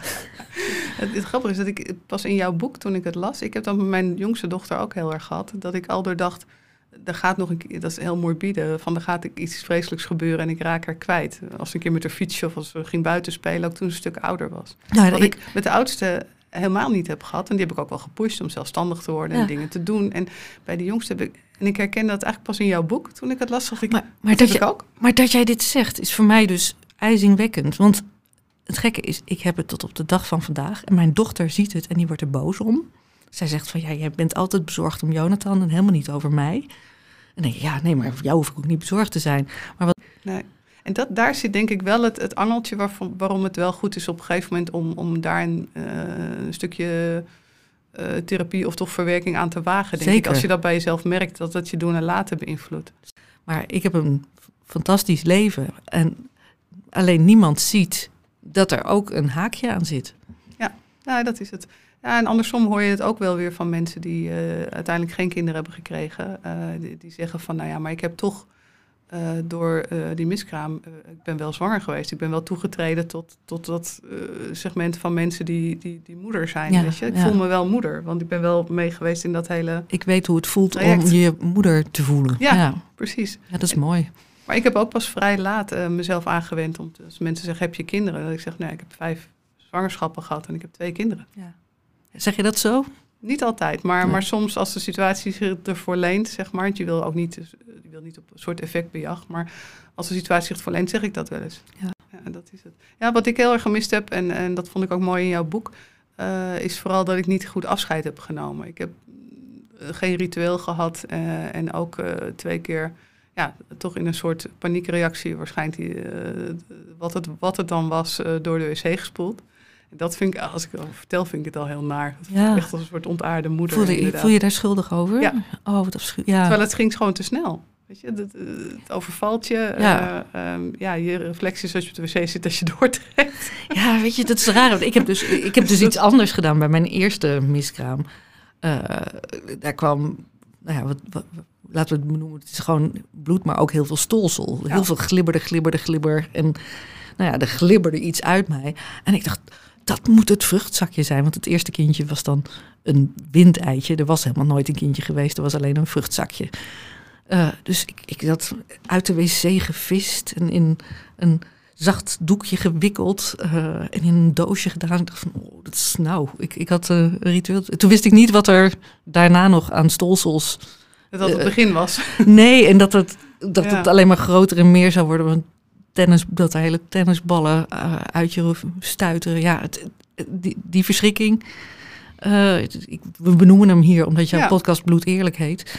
Het, het grappige is dat ik pas in jouw boek, toen ik het las... Ik heb dat met mijn jongste dochter ook heel erg gehad. Dat ik aldoor dacht... Er gaat nog een keer, dat is heel morbide, van er gaat iets vreselijks gebeuren en ik raak haar kwijt. Als een keer met haar fietsje of als ze ging buiten spelen, ook toen ze een stuk ouder was. Nou, Wat ik, ik met de oudste helemaal niet heb gehad. En die heb ik ook wel gepusht om zelfstandig te worden en ja. dingen te doen. En bij de jongste heb ik, en ik herken dat eigenlijk pas in jouw boek, toen ik het las, zag ik,
maar, maar dat, dat je, ook. Maar dat jij dit zegt, is voor mij dus ijzingwekkend. Want het gekke is, ik heb het tot op de dag van vandaag en mijn dochter ziet het en die wordt er boos om. Zij zegt van, ja, jij bent altijd bezorgd om Jonathan en helemaal niet over mij. En dan denk ik, ja, nee, maar voor jou hoef ik ook niet bezorgd te zijn. Maar wat...
Nee. En dat, daar zit denk ik wel het, het angeltje waarvan, waarom het wel goed is op een gegeven moment om, om daar een, uh, een stukje uh, therapie of toch verwerking aan te wagen. Denk ik. Als je dat bij jezelf merkt, dat dat je doen en laten beïnvloedt.
Maar ik heb een fantastisch leven. En alleen niemand ziet dat er ook een haakje aan zit.
Ja, nou, dat is het. Ja, en andersom hoor je het ook wel weer van mensen die uh, uiteindelijk geen kinderen hebben gekregen. Uh, die, die zeggen van, nou ja, maar ik heb toch uh, door uh, die miskraam, uh, ik ben wel zwanger geweest. Ik ben wel toegetreden tot, tot dat uh, segment van mensen die, die, die moeder zijn. Ja, weet je? Ik ja. voel me wel moeder, want ik ben wel mee geweest in dat hele
Ik weet hoe het voelt
traject.
Om je moeder te voelen.
Ja,
ja.
precies.
Ja, dat is
en,
mooi.
Maar ik heb ook pas vrij laat uh, mezelf aangewend om te, als mensen zeggen, heb je kinderen? Dat ik zeg, nee, ik heb vijf zwangerschappen gehad en ik heb twee kinderen.
Ja. Zeg je dat zo?
Niet altijd, maar, nee. maar soms als de situatie zich ervoor leent, zeg maar. Want je wil ook niet, je wil niet op een soort effectbejag, maar als de situatie zich ervoor leent, zeg ik dat wel eens. Ja. Ja, dat is het. Ja, wat ik heel erg gemist heb, en, en dat vond ik ook mooi in jouw boek, uh, is vooral dat ik niet goed afscheid heb genomen. Ik heb uh, geen ritueel gehad uh, en ook uh, twee keer, ja, toch in een soort paniekreactie waarschijnlijk uh, wat, het, wat het dan was uh, door de wc gespoeld. Dat vind ik, als ik het over vertel, vind ik het al heel naar. Dat ja. Echt als een soort ontaarde moeder.
Voel je, voel je daar schuldig over?
Ja.
Oh, wat afschuwelijk. Ja.
Terwijl het ging gewoon te snel. Weet je, het, het overvalt je. Ja. Uh, um, ja, je reflecties als je op de wc zit, als je doortrekt.
Ja, weet je, dat is raar. Want ik heb dus, ik heb dus iets anders gedaan bij mijn eerste miskraam. Uh, daar kwam, nou ja, wat, wat, laten we het benoemen, het is gewoon bloed, maar ook heel veel stolsel. Ja. Heel veel glibberde, glibberde, glibber. En nou ja, er glibberde iets uit mij. En ik dacht, dat moet het vruchtzakje zijn. Want het eerste kindje was dan een windeitje. Er was helemaal nooit een kindje geweest. Er was alleen een vruchtzakje. Uh, dus ik, ik had uit de wc gevist en in een zacht doekje gewikkeld uh, en in een doosje gedaan. Ik dacht van, oh, dat is nou, ik, ik had uh, een ritueel. Toen wist ik niet wat er daarna nog aan stolsels...
Dat dat het uh, begin was.
Nee, en dat het, dat
ja.
het alleen maar groter en meer zou worden. Want tennis, dat er hele tennisballen uh, uit je stuiteren. Ja, het, die, die verschrikking... Uh, ik, we benoemen hem hier omdat jouw ja. podcast Bloed Eerlijk heet.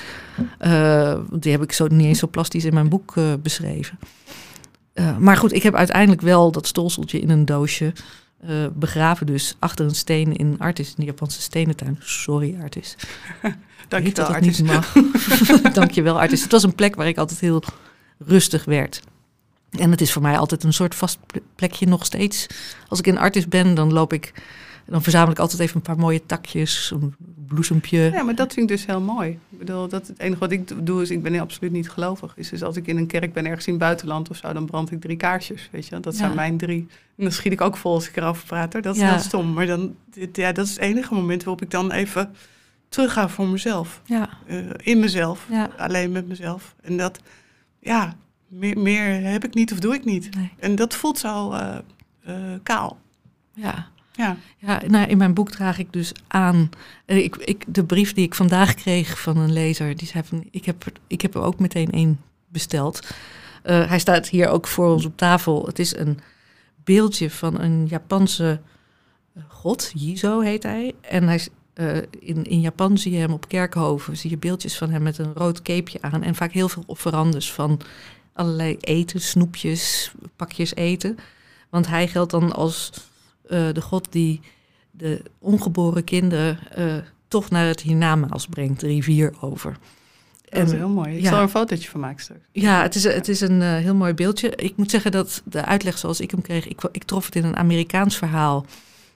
Uh, die heb ik zo niet eens zo plastisch in mijn boek uh, beschreven. Uh, maar goed, ik heb uiteindelijk wel dat stolseltje in een doosje uh, begraven. Dus achter een steen in Artis, in de Japanse stenentuin. Sorry, Artis.
Dank je wel,
dat het niet mag. Dank je wel, Artis. Het was een plek waar ik altijd heel rustig werd. En het is voor mij altijd een soort vast plekje nog steeds. Als ik in Artis ben, dan loop ik... Dan verzamel ik altijd even een paar mooie takjes, een bloesempje.
Ja, maar dat vind ik dus heel mooi. Ik bedoel, dat het enige wat ik doe is, ik ben absoluut niet gelovig. Is dus als ik in een kerk ben, ergens in het buitenland of zo, dan brand ik drie kaarsjes, weet je. Dat zijn ja. mijn drie. En dan schiet ik ook vol als ik erover praat, hoor. Dat is ja. heel stom. Maar dan, ja, dat is het enige moment waarop ik dan even terug ga voor mezelf.
Ja.
Uh, in mezelf.
Ja.
Alleen met mezelf. En dat, ja, meer, meer heb ik niet of doe ik niet.
Nee.
En dat voelt zo uh, uh, kaal.
Ja.
Ja,
ja nou, in mijn boek draag ik dus aan... Ik, ik, de brief die ik vandaag kreeg van een lezer, die zei van... Ik heb, ik heb er ook meteen één besteld. Uh, hij staat hier ook voor ons op tafel. Het is een beeldje van een Japanse god, Jizo heet hij. En hij is, uh, in, in Japan zie je hem op kerkhoven, zie je beeldjes van hem met een rood capeje aan. En vaak heel veel offerandes van allerlei eten, snoepjes, pakjes eten. Want hij geldt dan als... Uh, de god die de ongeboren kinderen uh, toch naar het hiernamaals brengt, de rivier over.
Dat is en, heel mooi. Ik ja, zal er een fotootje van maken straks.
Ja, het is, het is een uh, heel mooi beeldje. Ik moet zeggen dat de uitleg zoals ik hem kreeg... Ik, ik trof het in een Amerikaans verhaal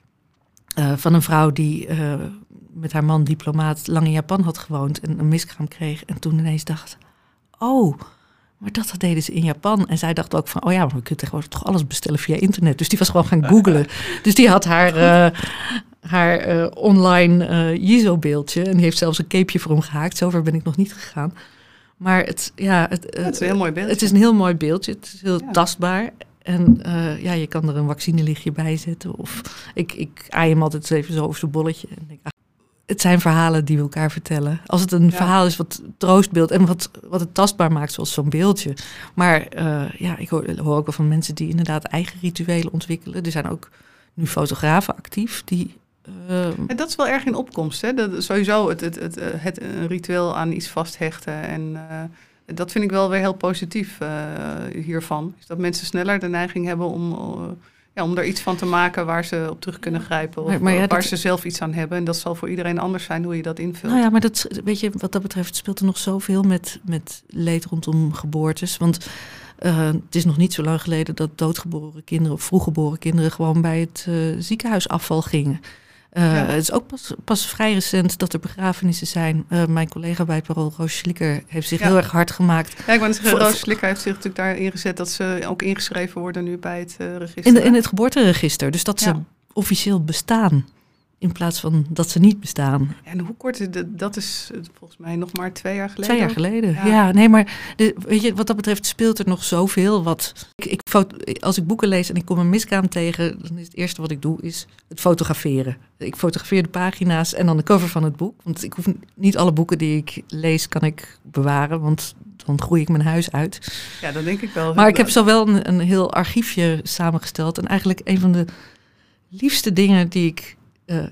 uh, van een vrouw die uh, met haar man diplomaat lang in Japan had gewoond en een miskraam kreeg. En toen ineens dacht, oh... Maar dat deden ze in Japan. En zij dacht ook van, oh ja, maar we kunnen tegenwoordig toch alles bestellen via internet. Dus die was gewoon gaan googlen. Dus die had haar, uh, haar uh, online uh, Jizo-beeldje. En die heeft zelfs een capeje voor hem gehaakt. Zover ben ik nog niet gegaan. Maar het, ja, het, uh,
het is een heel mooi beeldje.
Het is een heel mooi beeldje. Het is heel
ja.
tastbaar. En uh, ja, je kan er een vaccinelichtje bij zetten. Of ik, ik aai hem altijd even zo over zijn bolletje. En denk, ah, het zijn verhalen die we elkaar vertellen. Als het een ja. verhaal is wat troostbeeld en wat, wat het tastbaar maakt, zoals zo'n beeldje. Maar uh, ja, ik hoor, hoor ook wel van mensen die inderdaad eigen rituelen ontwikkelen. Er zijn ook nu fotografen actief die... Uh,
en dat is wel erg in opkomst, hè? Dat, sowieso het, het, het, het, het een ritueel aan iets vasthechten. En uh, dat vind ik wel weer heel positief uh, hiervan. Is dat mensen sneller de neiging hebben om... Uh, Ja, om er iets van te maken waar ze op terug kunnen grijpen. Of maar, maar ja, waar dat... ze zelf iets aan hebben. En dat zal voor iedereen anders zijn hoe je dat invult.
Nou ja, maar dat, weet je, wat dat betreft speelt er nog zoveel met, met leed rondom geboortes. Want uh, het is nog niet zo lang geleden dat doodgeboren kinderen of vroeggeboren kinderen gewoon bij het uh, ziekenhuisafval gingen. Uh, ja. Het is ook pas, pas vrij recent dat er begrafenissen zijn. Uh, mijn collega bij Parool, Roos Slikker, heeft zich ja. heel erg hard gemaakt.
Ja, ik wou zeggen, Roos Slikker heeft zich natuurlijk daarin gezet dat ze ook ingeschreven worden nu bij het uh, register.
In, de, in het geboorteregister, dus dat ja. ze officieel bestaan. In plaats van dat ze niet bestaan.
En hoe kort is dat? Dat is volgens mij nog maar twee jaar geleden.
Twee jaar geleden, ja. ja nee, maar de, weet je, wat dat betreft speelt er nog zoveel. Wat ik, ik, als ik boeken lees en ik kom een miskraam tegen, dan is het eerste wat ik doe, is het fotograferen. Ik fotografeer de pagina's en dan de cover van het boek. Want ik hoef niet alle boeken die ik lees, kan ik bewaren, want dan groei ik mijn huis uit.
Ja, dat denk ik wel.
Maar ik heb zo wel een, een heel archiefje samengesteld. En eigenlijk een van de liefste dingen die ik... Uh,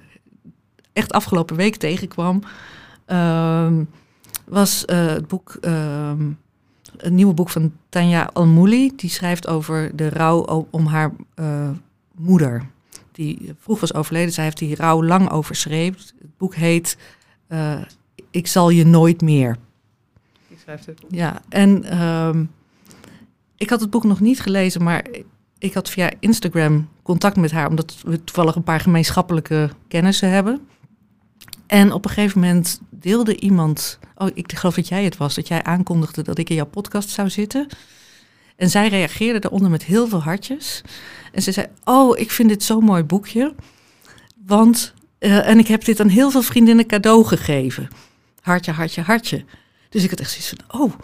echt afgelopen week tegenkwam, uh, was uh, het boek, uh, een nieuwe boek van Tanja Almouli. Die schrijft over de rouw om haar uh, moeder, die vroeg was overleden. Zij heeft die rouw lang overschreven. Het boek heet uh, Ik zal je nooit meer.
Die schrijft het boek.
Ja, en uh, ik had het boek nog niet gelezen, maar... Ik had via Instagram contact met haar, omdat we toevallig een paar gemeenschappelijke kennissen hebben. En op een gegeven moment deelde iemand, oh, ik geloof dat jij het was, dat jij aankondigde dat ik in jouw podcast zou zitten. En zij reageerde daaronder met heel veel hartjes. En ze zei, oh, ik vind dit zo'n mooi boekje. Want, uh, en ik heb dit aan heel veel vriendinnen cadeau gegeven. Hartje, hartje, hartje. Dus ik had echt zoiets van, oh...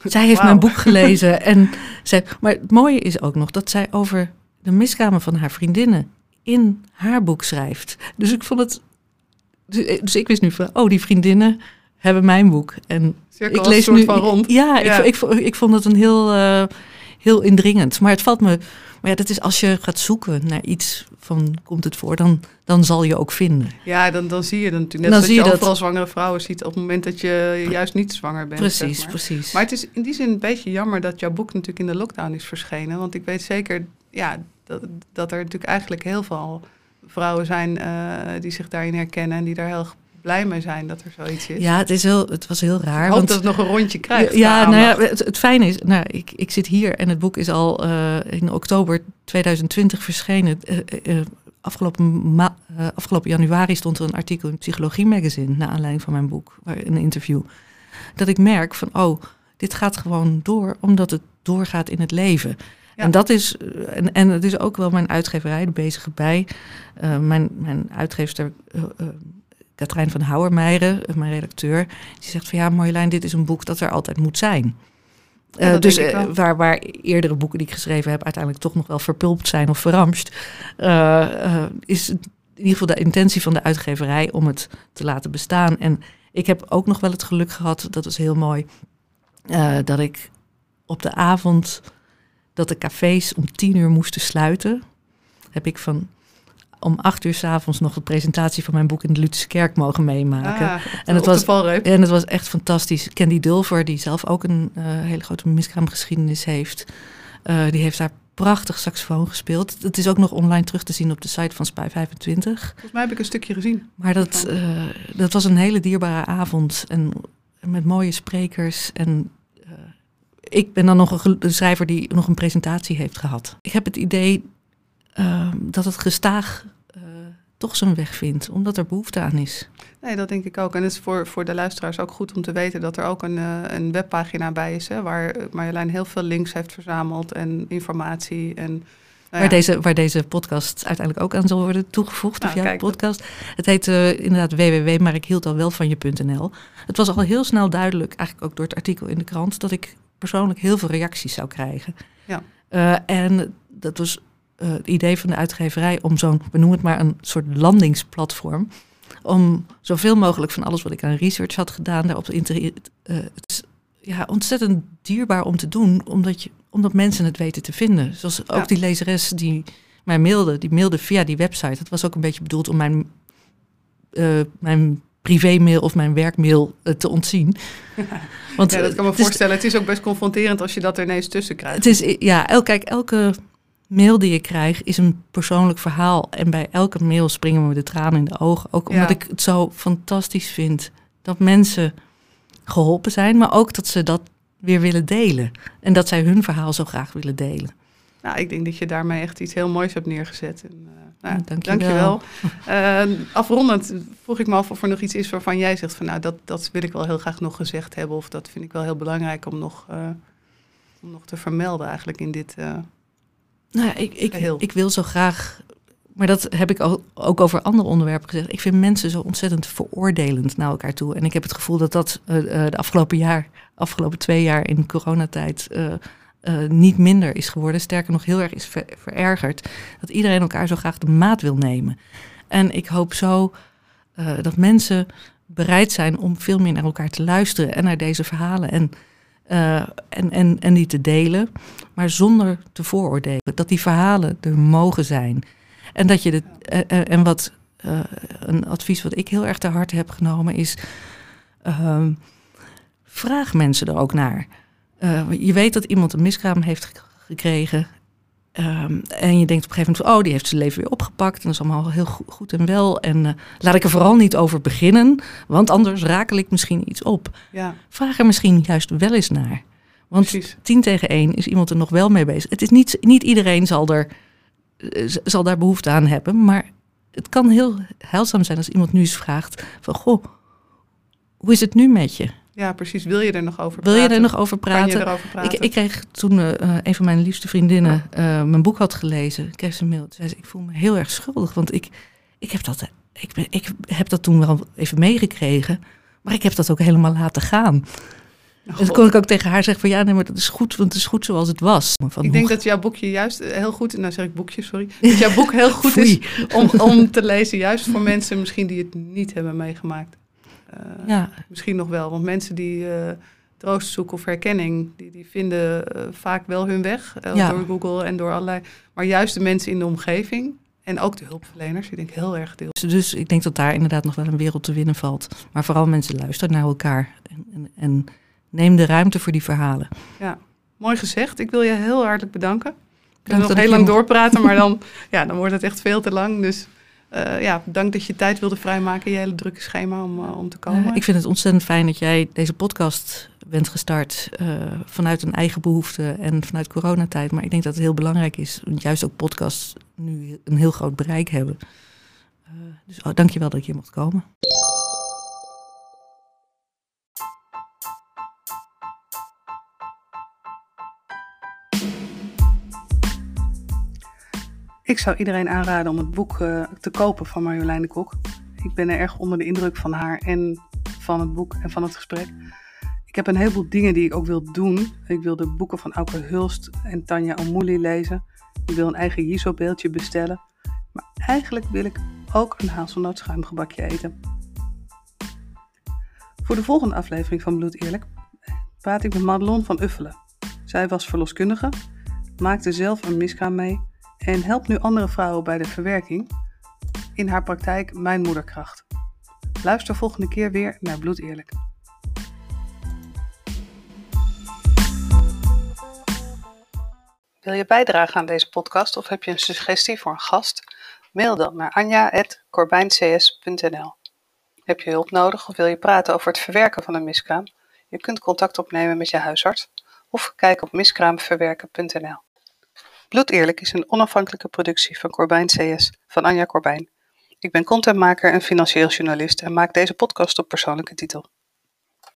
Zij heeft
Wauw.
mijn boek gelezen. En zij, maar het mooie is ook nog dat zij over de miskramen van haar vriendinnen in haar boek schrijft. Dus ik vond het... Dus ik wist nu van, oh, die vriendinnen hebben mijn boek. En
Cirkel
ik
als
lees
een soort
nu,
van rond.
Ja,
Ja.
Ik, ik, ik vond het een heel, uh, heel indringend. Maar het valt me... Maar ja, dat is als je gaat zoeken naar iets van komt het voor, dan, dan zal je ook vinden.
Ja, dan, dan zie je dat natuurlijk.
Dan
Net
zie
zoals
je
je overal
dat...
zwangere vrouwen ziet op het moment dat je juist niet zwanger bent.
Precies,
zeg maar.
precies.
Maar het is in die zin een beetje jammer dat jouw boek natuurlijk in de lockdown is verschenen. Want ik weet zeker ja, dat, dat er natuurlijk eigenlijk heel veel vrouwen zijn uh, die zich daarin herkennen en die daar heel erg blij mee zijn dat er zoiets is.
Ja, het, is heel, het was heel raar.
Ik hoop
want,
dat het nog een rondje krijgt.
Ja, nou ja, het, het fijne is, nou, ik, ik zit hier en het boek is al uh, in oktober tweeduizend twintig verschenen. Uh, uh, afgelopen, ma- uh, afgelopen januari stond er een artikel in Psychologie Magazine naar aanleiding van mijn boek, een interview. Dat ik merk van, oh, dit gaat gewoon door, omdat het doorgaat in het leven. Ja. En dat is, en, en het is ook wel mijn uitgeverij, de Bezige Bij. Uh, mijn, mijn uitgeefster uh, uh, Katrijn van Houwermeijeren, uh, mijn redacteur, die zegt van ja, Marjolein, dit is een boek dat er altijd moet zijn. Uh, ja, dus uh, waar, waar eerdere boeken die ik geschreven heb uiteindelijk toch nog wel verpulpt zijn of verramscht, uh, uh, is in ieder geval de intentie van de uitgeverij om het te laten bestaan. En ik heb ook nog wel het geluk gehad, dat was heel mooi, uh, dat ik op de avond dat de cafés om tien uur moesten sluiten, heb ik van om acht uur 's avonds nog de presentatie van mijn boek in de Lutherse Kerk mogen meemaken.
Ah,
en, het was,
en
het was echt fantastisch. Candy Dulfer, die zelf ook een uh, hele grote miskraamgeschiedenis heeft, uh, die heeft daar prachtig saxofoon gespeeld. Het is ook nog online terug te zien op de site van Spui vijfentwintig.
Volgens mij heb ik een stukje gezien.
Maar dat, uh, dat was een hele dierbare avond en met mooie sprekers en ik ben dan nog een schrijver die nog een presentatie heeft gehad. Ik heb het idee uh, dat het gestaag uh, toch zijn weg vindt, omdat er behoefte aan is.
Nee, dat denk ik ook. En het is voor, voor de luisteraars ook goed om te weten dat er ook een, uh, een webpagina bij is, hè, waar Marjolein heel veel links heeft verzameld en informatie. En, nou ja.
waar, deze, waar deze podcast uiteindelijk ook aan zal worden toegevoegd. Nou, of jouw podcast. Dat... Het heet uh, inderdaad w w w punt maar ik hield al wel van je punt n l. Het was al heel snel duidelijk, eigenlijk ook door het artikel in de krant, dat ik persoonlijk heel veel reacties zou krijgen.
Ja.
Uh, en dat was uh, het idee van de uitgeverij om zo'n, we noemen het maar een soort landingsplatform, om zoveel mogelijk van alles wat ik aan research had gedaan daarop te integreren. Uh, het is ja, ontzettend dierbaar om te doen, omdat, je, omdat mensen het weten te vinden. Zoals ook ja. die lezeres die mij mailde, die mailde via die website. Het was ook een beetje bedoeld om mijn, uh, mijn privémail of mijn werkmail uh, te ontzien.
Want, ja, dat kan me voorstellen. Het is, het is ook best confronterend als je dat er ineens tussen krijgt.
Het is, ja, el, kijk, elke mail die ik krijg is een persoonlijk verhaal. En bij elke mail springen me de tranen in de ogen. Ook omdat ja. ik het zo fantastisch vind dat mensen geholpen zijn, maar ook dat ze dat weer willen delen. En dat zij hun verhaal zo graag willen delen.
Nou, ik denk dat je daarmee echt iets heel moois hebt neergezet. En, uh, nou,
ja, dank je wel.
wel. Uh, afrondend vroeg ik me af of er nog iets is waarvan jij zegt van nou, dat, dat wil ik wel heel graag nog gezegd hebben. Of dat vind ik wel heel belangrijk om nog, uh, om nog te vermelden eigenlijk in dit uh,
nou ja, ik, ik, ik wil zo graag, maar dat heb ik ook over andere onderwerpen gezegd. Ik vind mensen zo ontzettend veroordelend naar elkaar toe. En ik heb het gevoel dat dat uh, de afgelopen jaar, afgelopen twee jaar in coronatijd Uh, Uh, niet minder is geworden, sterker nog heel erg is ver- verergerd, dat iedereen elkaar zo graag de maat wil nemen. En ik hoop zo uh, dat mensen bereid zijn om veel meer naar elkaar te luisteren en naar deze verhalen en, uh, en, en, en die te delen, maar zonder te vooroordelen. Dat die verhalen er mogen zijn. En dat je de, uh, en wat uh, een advies wat ik heel erg ter harte heb genomen is, uh, vraag mensen er ook naar. Uh, je weet dat iemand een miskraam heeft gekregen. Um, en je denkt op een gegeven moment, oh, die heeft zijn leven weer opgepakt. En dat is allemaal heel goed en wel. En uh, laat ik er vooral niet over beginnen, want anders rakel ik misschien iets op.
Ja.
Vraag er misschien juist wel eens naar. Want
Precies.
tien tegen één is iemand er nog wel mee bezig. Het is niet, niet iedereen zal, er, uh, zal daar behoefte aan hebben. Maar het kan heel heilzaam zijn als iemand nu eens vraagt van, goh, hoe is het nu met je?
Ja, precies. Wil je er nog over
Wil
praten?
je er nog over praten?
Kan je erover praten?
Ik, ik kreeg toen uh, een van mijn liefste vriendinnen uh, mijn boek had gelezen. Ik kreeg ze een mail. Toen zei ze, ik voel me heel erg schuldig. Want ik, ik, heb dat, ik, ben, ik heb dat toen wel even meegekregen. Maar ik heb dat ook helemaal laten gaan. En dan kon ik ook tegen haar zeggen van ja, nee, maar dat is goed, want het is goed zoals het was. Van,
ik denk dat jouw boekje juist heel goed, nou zeg ik boekje, sorry, dat jouw boek heel goed is om, om te lezen, juist voor mensen misschien die het niet hebben meegemaakt. Uh, ja. Misschien nog wel, want mensen die uh, troost zoeken of herkenning, die, die vinden uh, vaak wel hun weg uh, ja. door Google en door allerlei, maar juist de mensen in de omgeving en ook de hulpverleners, die denk ik heel erg deel.
Dus ik denk dat daar inderdaad nog wel een wereld te winnen valt. Maar vooral mensen luisteren naar elkaar en, en, en neem de ruimte voor die verhalen.
Ja, mooi gezegd. Ik wil je heel hartelijk bedanken. Ik kan nog heel lang doorpraten, maar dan, ja, dan wordt het echt veel te lang. Dus uh, ja, dank dat je tijd wilde vrijmaken, je hele drukke schema om, uh, om te komen.
Uh, ik vind het ontzettend fijn dat jij deze podcast bent gestart uh, vanuit een eigen behoefte en vanuit coronatijd. Maar ik denk dat het heel belangrijk is, want juist ook podcasts nu een heel groot bereik hebben. Uh, dus oh, dank je wel dat ik hier mocht komen.
Ik zou iedereen aanraden om het boek uh, te kopen van Marjolein de Kok. Ik ben er erg onder de indruk van haar en van het boek en van het gesprek. Ik heb een heleboel dingen die ik ook wil doen. Ik wil de boeken van Auke Hulst en Tanja Omouli lezen. Ik wil een eigen Jizo-beeldje bestellen. Maar eigenlijk wil ik ook een hazelnootschuimgebakje eten. Voor de volgende aflevering van Bloed Eerlijk praat ik met Madelon van Uffelen. Zij was verloskundige, maakte zelf een miskraam mee en helpt nu andere vrouwen bij de verwerking in haar praktijk Mijn Moederkracht. Luister volgende keer weer naar Bloed Eerlijk. Wil je bijdragen aan deze podcast of heb je een suggestie voor een gast? Mail dan naar anja at corbijn c s punt n l. Heb je hulp nodig of wil je praten over het verwerken van een miskraam? Je kunt contact opnemen met je huisarts of kijk op miskraamverwerken punt n l. Bloed Eerlijk is een onafhankelijke productie van Corbijn C S, van Anja Corbijn. Ik ben contentmaker en financieel journalist en maak deze podcast op persoonlijke titel.